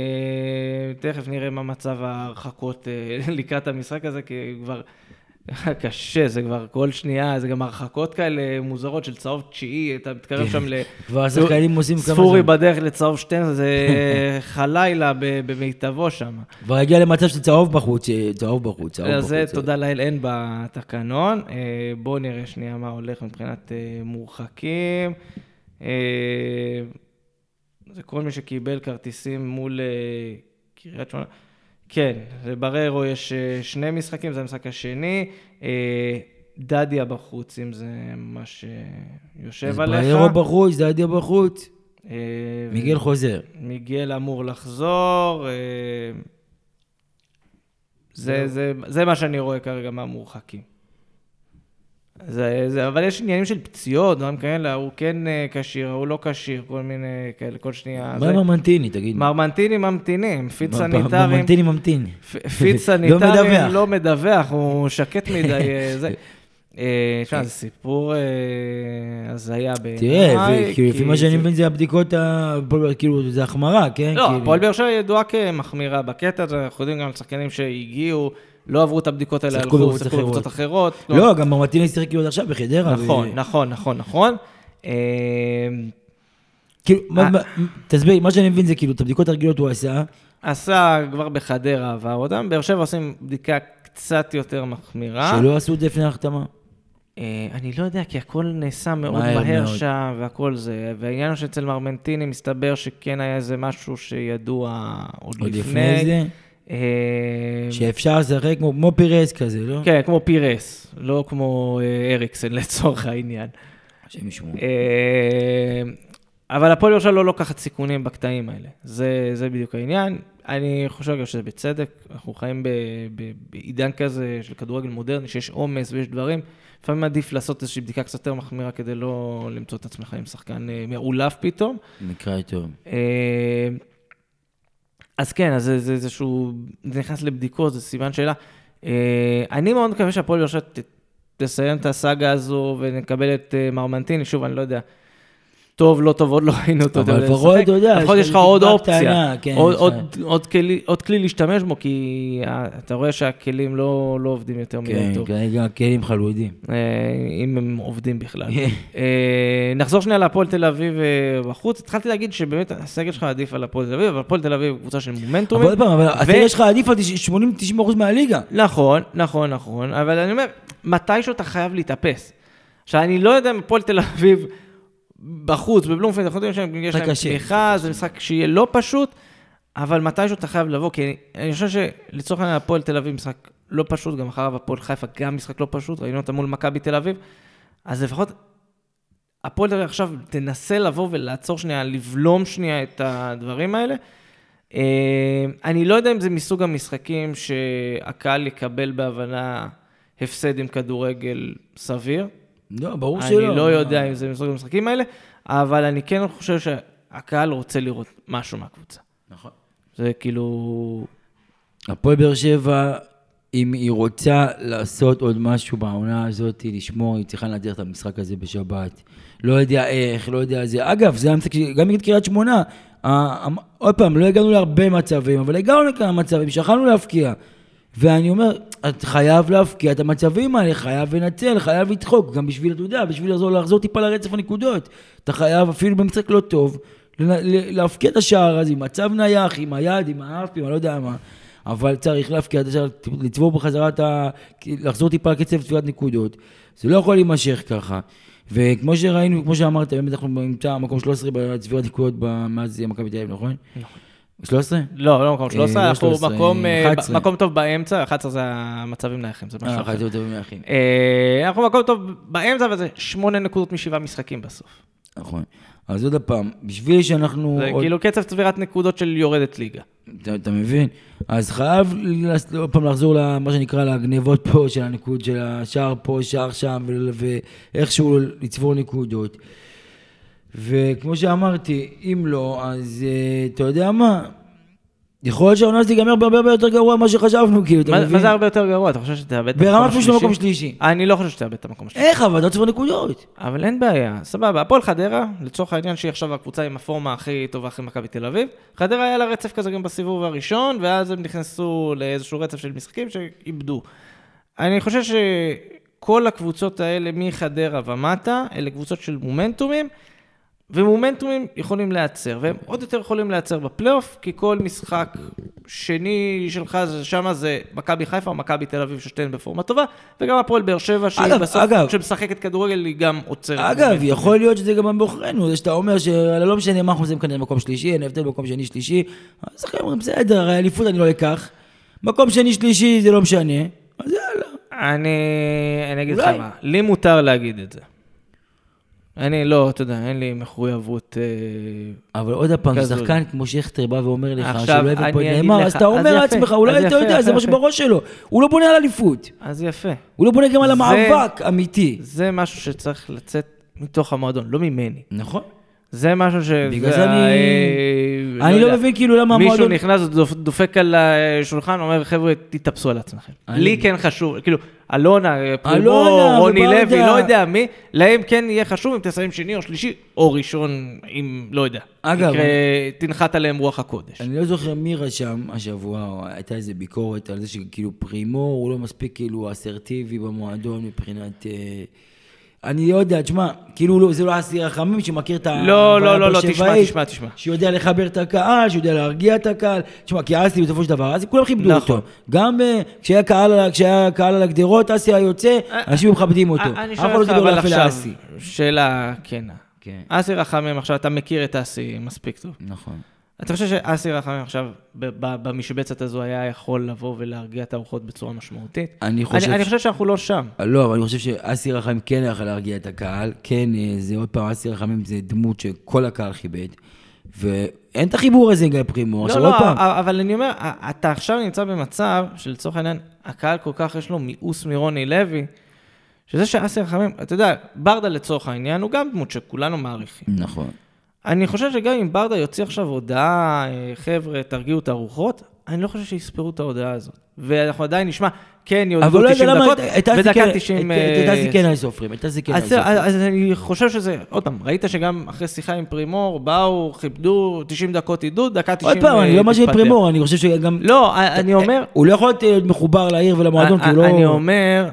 תכף נראה מה מצב ההרחקות לקראת המשחק הזה, כי כבר קשה, זה כבר כל שנייה, זה גם הרחקות כאלה מוזרות של צהוב 9, אתה מתקרב שם לספורי בדרך לצהוב 12, זה חלילה במיטבו שם. כבר הגיע למצב של צהוב בחוץ, צהוב בחוץ. זה תודה לאל, אין בתקנון. בואו נראה שנייה מה הולך מבחינת מורחקים. זה כל מי שקיבל כרטיסים מול קריית שמונה. כן, לבררו יש 2 משחקים, זה המשחק השני. דדיה בחוץ, אם זה ממש יושב עליך. אז בררו בחוץ, דדיה בחוץ. מיגל חוזר. מיגל אמור לחזור. זה מה שאני רואה כרגע מהמורחקים. אבל יש עניינים של פציעות, דברים כאלה, הוא כן קשיר, הוא לא קשיר, כל מיני כאלה, כל שנייה. מה מרמנטיני, תגיד? מרמנטיני ממתינים, פיץ סניטרים. מרמנטיני ממתין. פיץ סניטרים לא מדווח, הוא שקט מדי. זה סיפור הזיה בעיניי. תראה, לפי מה שאני מבין זה הבדיקות, כאילו זה החמרה, כן? לא, הפועל באר שבע ידועה כמחמירה בקטע, אנחנו יודעים גם על שחקנים שהגיעו, לא עברו את הבדיקות האלה, הלכו בקבוצות אחרות. לא, גם מרמנטיני שיחק כאילו עכשיו בחדרה. נכון. כאילו, תסביר, מה שאני מבין זה כאילו, את הבדיקות הרגילות הוא עשה כבר בחדרה, עבר אותם, באר שבע עושים בדיקה קצת יותר מחמירה. שלא עשו את זה לפני ההחתמה? אני לא יודע, כי הכל נעשה מאוד מהר שם, והכל זה, והעניין הוא שאצל מרמנטיני מסתבר שכן היה איזה משהו שידוע עוד לפני זה? שאפשר לשחק כמו פירס כזה, לא? כן, כמו פירס, לא כמו אריקסן לצורך העניין. השם ישמעו. אבל הפועל ירושלים לא לוקחת סיכונים בקטעים האלה, זה בדיוק העניין. אני חושב שזה בצדק, אנחנו חיים בעידן כזה של כדורגל מודרני, שיש עומס ויש דברים, לפעמים עדיף לעשות איזושהי בדיקה קצת יותר מחמירה, כדי לא למצוא את עצמך עם שחקן מעולף פתאום. נקרא טוב. אז כן, אז זה איזשהו, זה נכנס לבדיקות, זה סימן שאלה. אני מאוד מקווה שהפועל ירושלים תסיים את הסאגה הזו, ונקבל את מרמנטיני, שוב, אני לא יודע, טוב, לא טוב, עוד לא ראינו אותו. אבל לפחות, אתה יודע, יש לך עוד אופציה, עוד כלי להשתמש בו, כי אתה רואה שהכלים לא עובדים יותר מדי טוב. כן, כרגע הכלים חלודים. אם הם עובדים בכלל. נחזור שנייה להפועל תל אביב בחוץ. התחלתי להגיד שבאמת הסגל שלך עדיף על הפועל תל אביב, אבל הפועל תל אביב הוא קבוצה של מומנטומים. אבל הסגל שלך עדיף על 80-90% מהליגה. נכון, אבל אני אומר, מתישהו אתה חייב להתאפס. עכשיו, אני לא יודע אם הפועל תל אביב בחוץ, בבלומפילד, אנחנו יודעים שיש להם תמיכה, זה משחק שיהיה לא פשוט, אבל מתישהו אתה חייב לבוא, כי אני חושב שלצורך העניין הפועל תל אביב משחק לא פשוט, גם אחריו הפועל חיפה גם משחק לא פשוט, ראינו אותה מול מכבי תל אביב, אז לפחות הפועל תל אביב עכשיו תנסה לבוא ולעצור שנייה, לבלום שנייה את הדברים האלה. אני לא יודע אם זה מסוג המשחקים שהקהל יקבל בהבנה הפסד עם כדורגל סביר, לא, ברור שלא. אני לא יודע אם זה מסוג המשחקים האלה, אבל אני כן חושב שהקהל רוצה לראות משהו מהקבוצה. נכון. זה כאילו... הפועל באר שבע, אם היא רוצה לעשות עוד משהו בעונה הזאת, לשמור, היא צריכה לנצח את המשחק הזה בשבת. לא יודע איך, לא יודע זה. אגב, זה המשחק, גם נגד קריית שמונה, עוד פעם, לא הגענו להרבה מצבים, אבל הגענו לכמה מצבים, שכלנו להפקיע. ואני אומר, את חייב להפקיע את המצבים האלה, חייב לנצל, חייב לדחוק, גם בשביל, אתה יודע, בשביל לחזור טיפה לרצף הנקודות. אתה חייב אפילו במשחק לא טוב, להפקיע את השער הזה, עם מצב נייח, עם היד, עם האף, עם אני לא יודע מה. אבל צריך להפקיע את השער, לצבור בחזרה, לחזור טיפה לקצב צבירת נקודות. זה לא יכול להימשך ככה. וכמו שראינו, כמו שאמרת, באמת אנחנו נמצא מקום 13 בצבירת נקודות מאז מכבי תל אביב, נכון? נכון. 13? לא מקום 13, אנחנו מקום טוב באמצע, 11 זה המצבים נייחים, זה משהו אחר. 11 טובים נייחים. אנחנו מקום טוב באמצע, וזה 8 נקודות מ7 משחקים בסוף. נכון. אז עוד הפעם, בשביל שאנחנו... זה כאילו קצב צבירת נקודות של יורדת ליגה. אתה מבין? אז חייב עוד פעם לחזור למה שנקרא לגניבות פה של הנקוד, של השער פה, שער שם, ואיכשהו לצבור נקודות. וכמו שאמרתי, אם לא, אז אתה יודע מה? יכול להיות שהעונה הזאת ייגמר בהרבה יותר גרוע ממה שחשבנו, כאילו, אתה מבין? מה זה הרבה יותר גרוע? אתה חושב שתאבד את המקום ברמה השלישי? אפילו של המקום השלישי. אני לא חושב שתאבד את המקום השלישי. איך? אבל אתה צבור נקודות. אבל אין בעיה, סבבה. הפועל חדרה, לצורך העניין שהיא עכשיו הקבוצה עם הפורמה הכי טובה אחרי מכבי תל אביב, חדרה היה לה רצף כזה גם בסיבוב הראשון, ואז הם נכנסו לאיזשהו רצף של משחקים שאיבדו. אני חושב שכל הקבוצות האלה מחדרה ומטה, אלה קבוצות של מומנטומים, ומומנטומים יכולים לייצר, והם עוד יותר יכולים לייצר בפלייאוף, כי כל משחק שני שלך, שם זה מכבי חיפה או מכבי תל אביב ששתיהן בפורמה טובה, וגם הפועל באר שבע, שהיא בסוף, כשמשחקת כדורגל, היא גם עוצרת. אגב, יכול להיות שזה גם באחרינו, זה שאתה אומר שלא משנה מה אנחנו עושים כאן במקום שלישי, אין הבדל במקום שני שלישי, אז אחרי אומרים, בסדר, הרי אליפות אני לא אקח, מקום שני שלישי זה לא משנה, אז יאללה. אני אגיד לך מה, לי מותר להגיד את זה. אני לא, אתה יודע, אין לי מחויבות אבל עוד הפעם, שחקן כמו שכטר בא ואומר לך, עכשיו, שלא הבא פה אני נאמר, אז אתה אומר לעצמך, אולי אתה יודע, זה משהו בראש שלו. הוא לא בונה על אליפות. אז יפה. הוא לא בונה גם על המאבק אמיתי. זה משהו שצריך לצאת מתוך המועדון, לא ממני. נכון. זה משהו ש... בגלל זה אני לא מבין כאילו למה המועדון... מישהו נכנס, דופק על השולחן, אומר, חבר'ה, תתאפסו על עצמכם. לי כן חשוב, כאילו, אלונה, פרימו, רוני לוי, לא יודע מי, להם כן יהיה חשוב אם תסיים שני או שלישי, או ראשון, אם לא יודע. אגב, תנחת עליהם רוח הקודש. אני לא זוכר מי רשם השבוע, הייתה איזו ביקורת על זה שכאילו פרימו, הוא לא מספיק כאילו אסרטיבי במועדון מבחינת... אני לא יודע, תשמע, כאילו זה לא אסיר החמים שמכיר את ה... לא, תשמע. שיודע לחבר את הקהל, שיודע להרגיע את הקהל. תשמע, כי אסי בסופו של דבר, אז כולם כיבדו אותו. גם כשהיה קהל על הגדרות, אסי היה יוצא, אנשים מכבדים אותו. אני שואל אותך אבל עכשיו, שאלה כנה. אסיר החמים עכשיו, אתה מכיר את אסי מספיק טוב. נכון. אתה חושב שאסיר החמים עכשיו, במשבצת הזו היה יכול לבוא ולהרגיע את הרוחות בצורה משמעותית? אני חושב שאנחנו לא שם. לא, אבל אני חושב שאסיר החמים כן יכול להרגיע את הקהל. כן, זה עוד פעם, אסיר החמים זה דמות שכל הקהל חיבד. ואין את החיבור הזה גיא פרימו. לא, אבל אני אומר, אתה עכשיו נמצא במצב שלצורך העניין, הקהל כל כך יש לו מיאוס מרוני לוי, שזה שאסיר החמים, אתה יודע, ברדה לצורך העניין הוא גם דמות שכולנו מעריכים. נכון. אני חושב שגם אם ברדה יוציא עכשיו הודעה, חבר'ה, תרגיעו את הרוחות, אני לא חושב שיספרו את ההודעה הזאת. ואנחנו עדיין נשמע, כן, יודעו 90 דקות, בדקה 90... את זה כן סופרים, את זה כן סופרים. אז אני חושב שזה, עוד פעם, ראית שגם אחרי שיחה עם פרימור, באו, חיפדו, 90 דקות עידוד, דקה 90 עוד פעם, אני לא משהו עם פרימור, אני חושב שגם... לא, אני אומר... הוא לא יכול להיות מחובר לעיר ולמועדון, כי הוא לא... אני אומר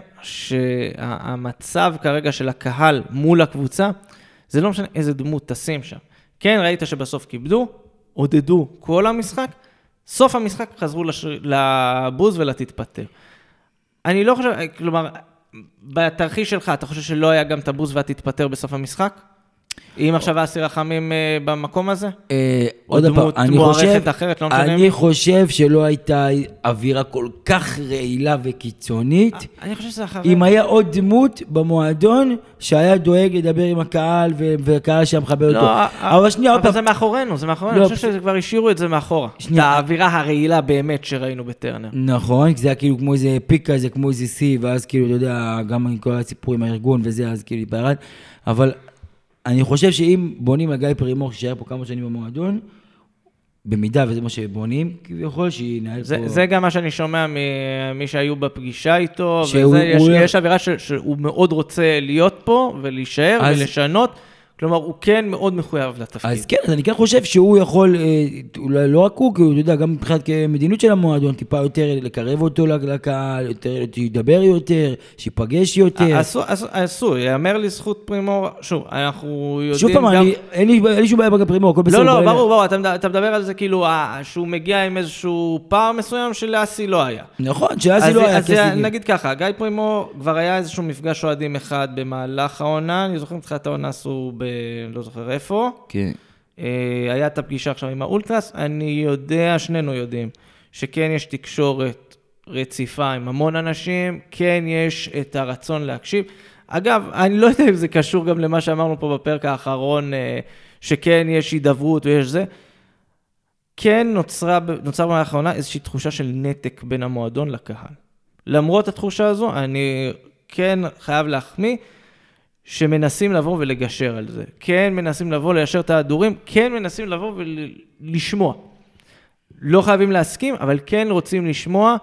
שהמצב כרגע של הקהל מול הקבוצה, זה לא משנה איזה דמות תשים שם. כן, ראית שבסוף כיבדו, עודדו כל המשחק, סוף המשחק חזרו לבוז ולתתפטר. אני לא חושב, כלומר, בתרחיש שלך, אתה חושב שלא היה גם את הבוז והתתפטר בסוף המשחק? אם עכשיו אסיר החמים במקום הזה? או דמות מוערכת אחרת, לא משנה. אני חושב שלא הייתה אווירה כל כך רעילה וקיצונית. אני חושב שזה אחרי. אם היה עוד דמות במועדון שהיה דואג לדבר עם הקהל והקהל שם מחבר אותו. אבל זה מאחורינו, אני חושב שכבר השאירו את זה מאחורה. את האווירה הרעילה באמת שראינו בטרנר. נכון, זה היה כאילו כמו איזה פיק כזה, כמו איזה סי, ואז כאילו, אתה יודע, גם כל הסיפור עם הארגון וזה, אז כאילו התפרד. אבל אני חושב שאם בונים על גיא פרימור, שישאר פה כמה שנים במועדון, במידה וזה מה שבונים, כביכול שינהל פה... זה גם מה שאני שומע ממי שהיו בפגישה איתו, יש אווירה שהוא מאוד רוצה להיות פה, ולהישאר ולשנות, כלומר, הוא כן מאוד מחויב לתפקיד. אז כן, אז אני כן חושב שהוא יכול, אולי לא רק הוא, כי הוא יודע, גם מבחינת כמדיניות של המועדון, טיפה יותר לקרב אותו לקהל, שידבר יותר, שיפגש יותר. עשו, יאמר לי זכות פרימור, שוב, אנחנו יודעים שוב פעם, אין לי שום בעיה בפרימור, הכל בסדר. לא, ברור, אתה מדבר על זה כאילו, שהוא מגיע עם איזשהו פער מסוים שלאסי לא היה. נכון, שלאסי לא היה. אז נגיד ככה, גיא פרימור כבר היה איזשהו מפגש אוהדים אחד במהלך העונה, אני זוכר מתחילת העונה עשו לא זוכר איפה. כן. היה את הפגישה עכשיו עם האולטרס, אני יודע, שנינו יודעים, שכן יש תקשורת רציפה עם המון אנשים, כן יש את הרצון להקשיב. אגב, אני לא יודע אם זה קשור גם למה שאמרנו פה בפרק האחרון, שכן יש הידברות ויש זה. כן נוצר במהלך העונה איזושהי תחושה של נתק בין המועדון לקהל. למרות התחושה הזו, אני כן חייב להחמיא, שמנסים לבוא ולגשר על זה. כן מנסים לבוא ליישר את ההדורים, כן מנסים לבוא ולשמוע. לא חייבים להסכים, אבל כן רוצים לשמוע.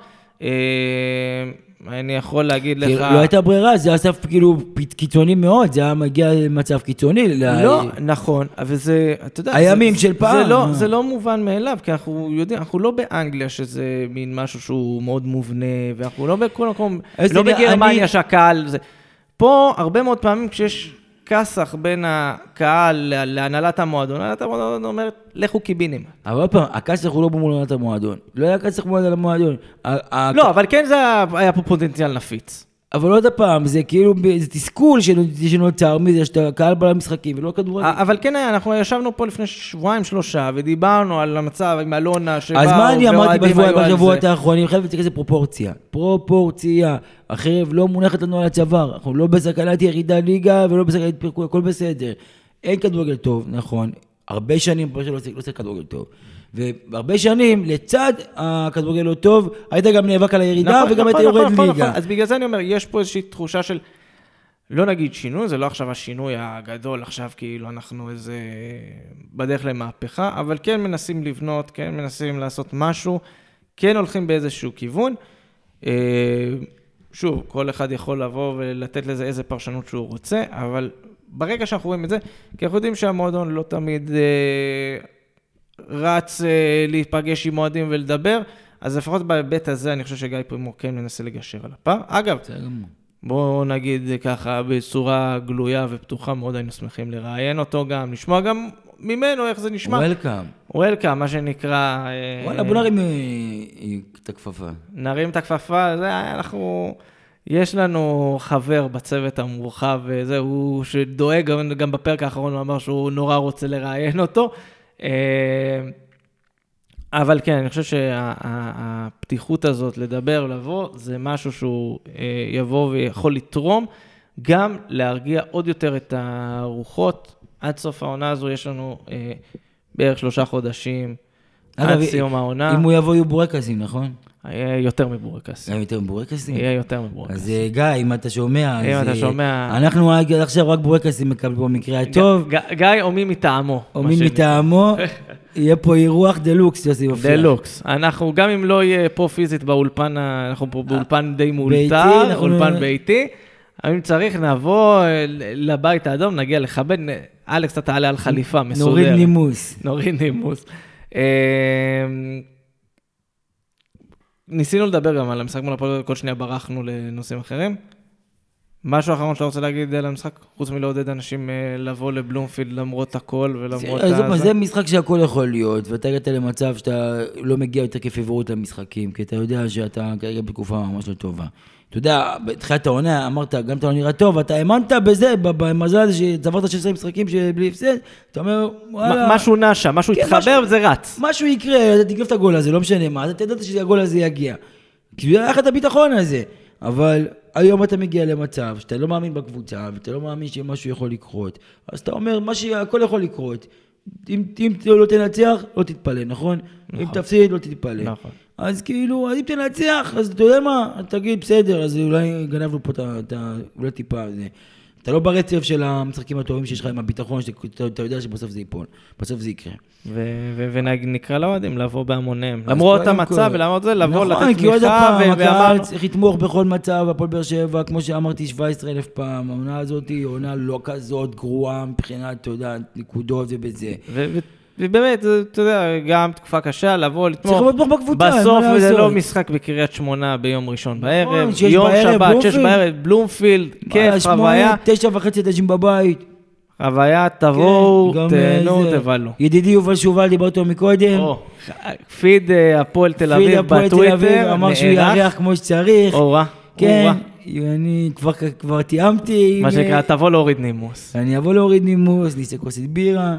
אני יכול להגיד לך... לא הייתה ברירה, זה היה סף כאילו קיצוני מאוד, זה היה מגיע למצב קיצוני. לא, נכון, אבל זה, אתה יודע... הימים של פעם. זה לא מובן מאליו, כי אנחנו יודעים, אנחנו לא באנגליה שזה מין משהו שהוא מאוד מובנה, ואנחנו לא בכל מקום, לא בגרמניה שהקהל... פה הרבה מאוד פעמים כשיש כסח בין הקהל להנהלת המועדון, הנהלת המועדון אומרת, לכו קיבינים. אבל פעם, הכסח הוא לא מול הנהלת המועדון. לא היה כסח מול הנהלת המועדון. לא, אבל כן זה היה פה פוטנציאל נפיץ. אבל עוד הפעם, זה כאילו, זה תסכול שנוצר מזה, שאתה קהל בא למשחקים, ולא כדורגל. אבל כן, אנחנו ישבנו פה לפני 2-3 ודיברנו על המצב עם אלונה שבאו, אז מה אני אמרתי בשבועות האחרונים? חייב לצריך איזה פרופורציה. החרב לא מונחת לנו על הצוואר, אנחנו לא בסכנת ירידה ליגה, ולא בסכנת פרקו, הכל בסדר. אין כדורגל טוב, נכון. הרבה שנים לא עושה כדורגל טוב. והרבה שנים, לצד הכדורגל לא טוב, היית גם נאבק על הירידה, וגם היית יורד ליגה. אז בגלל זה אני אומר, יש פה איזושהי תחושה של, לא נגיד שינוי, זה לא עכשיו השינוי הגדול, עכשיו כאילו אנחנו איזה בדרך למהפכה, אבל כן מנסים לבנות, כן מנסים לעשות משהו, כן הולכים באיזשהו כיוון. שוב, כל אחד יכול לבוא ולתת לזה איזה פרשנות שהוא רוצה, אבל ברגע שאנחנו רואים את זה, כי אנחנו יודעים שהמועדון לא תמיד רץ להיפגש עם מועדים ולדבר, אז לפחות בהיבט הזה אני חושב שגיא פרימור כן מנסה לגשר על הפער. אגב, בואו נגיד ככה בצורה גלויה ופתוחה, מאוד היינו שמחים לראיין אותו גם, לשמוע גם ממנו איך זה נשמע. וולקאם, מה שנקרא. וואלה, בוא נרים את הכפפה. נרים את הכפפה, זה אנחנו, יש לנו חבר בצוות המורחב, הוא שדואג, גם בפרק האחרון הוא אמר שהוא נורא רוצה לראיין אותו, אבל כן, אני חושב שהפתיחות הזאת לדבר, לבוא, זה משהו שהוא יבוא ויכול לתרום, גם להרגיע עוד יותר את הרוחות. עד סוף העונה הזו יש לנו בערך 3 חודשים, עד סיום העונה. אם הוא יבוא יהיו בורקסים, נכון? יהיה יותר מבורקסים. יהיה יותר מבורקסים? יהיה יותר מבורקסים. אז גיא, אם אתה שומע, אם אתה שומע, אנחנו עכשיו רק בורקסים מקבלים פה במקרה הטוב. גיא או מי מטעמו. או מי מטעמו, יהיה פה אירוח דלוקס, יוסי יופיע. דלוקס. אנחנו, גם אם לא יהיה פה פיזית באולפן, אנחנו פה באולפן די מאולתר, אולפן ביתי, אם צריך נבוא לבית האדום, נגיע לכבד, אלכס אתה תעלה על חליפה מסודרת. נוריד נימוס. ניסינו לדבר גם על המשחק מול הפועל, כל שניה ברחנו לנושאים אחרים. משהו אחרון שאתה רוצה להגיד על המשחק, חוץ מלעודד אנשים לבוא לבלומפילד למרות הכל ולמרות זה משחק שהכל יכול להיות, ואתה הגעת למצב שאתה לא מגיע יותר כפיבורות למשחקים, כי אתה יודע שאתה כרגע בתקופה ממש לא טובה. אתה יודע, בתחילת העונה אמרת, גם אתה לא נראה טוב, אתה האמנת בזה, במזל שצברת 16 משחקים בלי הפסד, אתה אומר, וואלה. משהו נשע, משהו התחבר וזה רץ. משהו יקרה, אתה תגלף את הגול הזה, לא משנה מה, אתה תדעת שהגול הזה יגיע. כי היה לך את הביטחון הזה, אבל היום אתה מגיע למצב שאתה לא מאמין בקבוצה, ואתה לא מאמין שמשהו יכול לקרות, אז אתה אומר, הכל יכול לקרות. אם לא תנצח, לא תתפלא, נכון? אם תפסיד, לא תתפלא. נכון. אז כאילו, אם תנצח, אז אתה יודע מה? תגיד, בסדר, אז אולי גנבנו פה אולי טיפה, אתה לא ברצף של המשחקים הטובים שיש לך עם הביטחון, שאתה יודע שבסוף זה ייפול, בסוף זה יקרה. ונקרא לאוהדים לבוא בהמוניהם. למרות המצב ולמרות זה, לבוא לתת תמיכה. כי עוד הפעם, הקהל צריך לתמוך בכל מצב, הפועל באר שבע, כמו שאמרתי 17,000 פעם, העונה הזאת היא עונה לא כזאת גרועה מבחינת, אתה יודע, נקודות ובזה. ובאמת, אתה יודע, גם תקופה קשה, לבוא, לתמוך. צריך לתמוך בקבוצה. בסוף זה לא משחק בקריית שמונה ביום ראשון בערב, יום שבת, 6 בערב, בלומפילד, כיף, חוויה. 9:30 אנשים בבית. חוויה, תבואו, תהנו, תבלו. ידידי יובל שובל, דיבר אותו מקודם. פיד הפועל תל אביב בטוויטר, אמר שהוא יארח כמו שצריך. אורה. כן, אני כבר תיאמתי. מה שנקרא, תבוא להוריד נימוס. אני אבוא להוריד נימוס, נעשה כוסית בירה.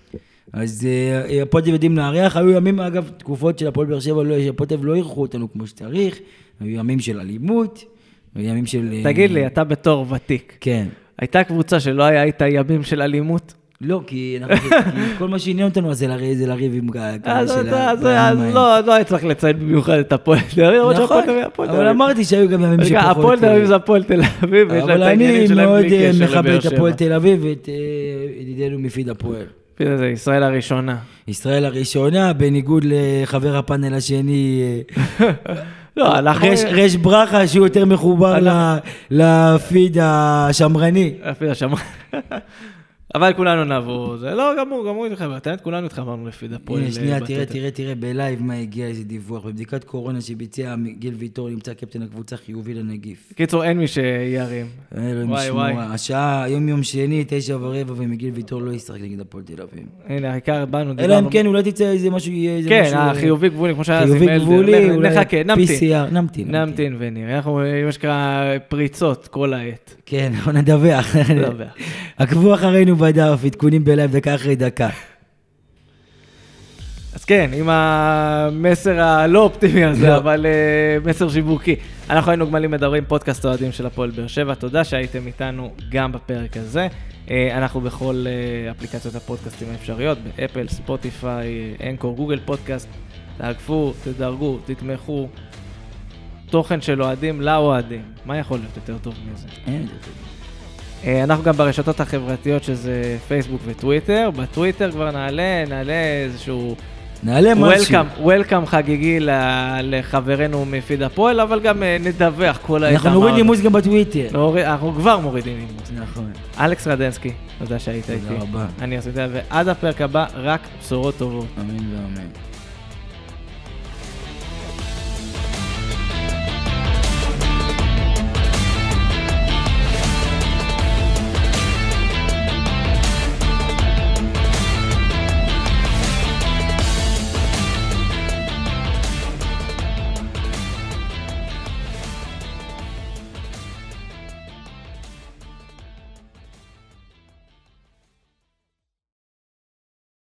אז הפועל יודעים לארח, היו ימים אגב תקופות של הפועל באר שבע, הפועל לא אירחו אותנו כמו שצריך, היו ימים של אלימות, היו ימים של... תגיד לי, אתה בתור ותיק, כן. הייתה קבוצה שלא היה איתה ימים של אלימות? לא, כי כל מה שעניין אותנו זה לריב עם קהל של... אז לא היה צריך לציין במיוחד את הפועל תל אביב, נכון, אבל אמרתי שהיו גם ימים שפחות... הפועל תל אביב זה הפועל תל אביב, אבל אני מאוד מכבד את הפועל תל אביב ואת ידידנו מפיד הפועל. זה ישראל הראשונה. ישראל הראשונה, בניגוד לחבר הפאנל השני, רש ברכה, שהוא יותר מחובר לפיד השמרני. הפיד השמרני. אבל כולנו נבוא, זה לא גמור איתך, ואתה כולנו התחברנו לפי דפול. הנה, שנייה, תראה בלייב מה הגיע, איזה דיווח. בבדיקת קורונה שביצע גיל ויטור, נמצא קפטן הקבוצה חיובי לנגיף. קיצור, אין מי שירים. וואי. השעה, יום שני, 9:15, ומגיל ויטור לא ישחק נגד הפועל תל אביב. הנה, העיקר באנו, אלא אם כן, אולי תצא איזה משהו, כן, החיובי גבולי, כמו שהיה חיובי גבולי, נחכה, PCR, נמתין ונראה. אנחנו, מה שקרה, פריצות כל העת. כן, נדווח. עקבו אחרינו בדף, עדכונים בלייב דקה אחרי דקה. אז כן, עם המסר הלא אופטימי הזה, אבל מסר שיווקי. אנחנו היינו גמלים מדברים, פודקאסט אוהדים של הפועל באר שבע. תודה שהייתם איתנו גם בפרק הזה. אנחנו בכל אפליקציות הפודקאסטים האפשריות, באפל, ספוטיפיי, אנקור, גוגל פודקאסט. תעקפו, תדרגו, תתמכו. תוכן של אוהדים לאוהדים. מה יכול להיות יותר טוב מזה? אנחנו גם ברשתות החברתיות שזה פייסבוק וטוויטר. בטוויטר כבר נעלה איזשהו וולקאם חגיגי לחברנו מפיד הפועל, אבל גם נדווח כל העדה. אנחנו נוריד נימוס גם בטוויטר. אנחנו כבר מורידים נימוס. נכון. אלכס רדנסקי, תודה שהיית איתי. תודה רבה. אני עשיתי, ועד הפרק הבא רק בשורות טובות. אמן ואמן.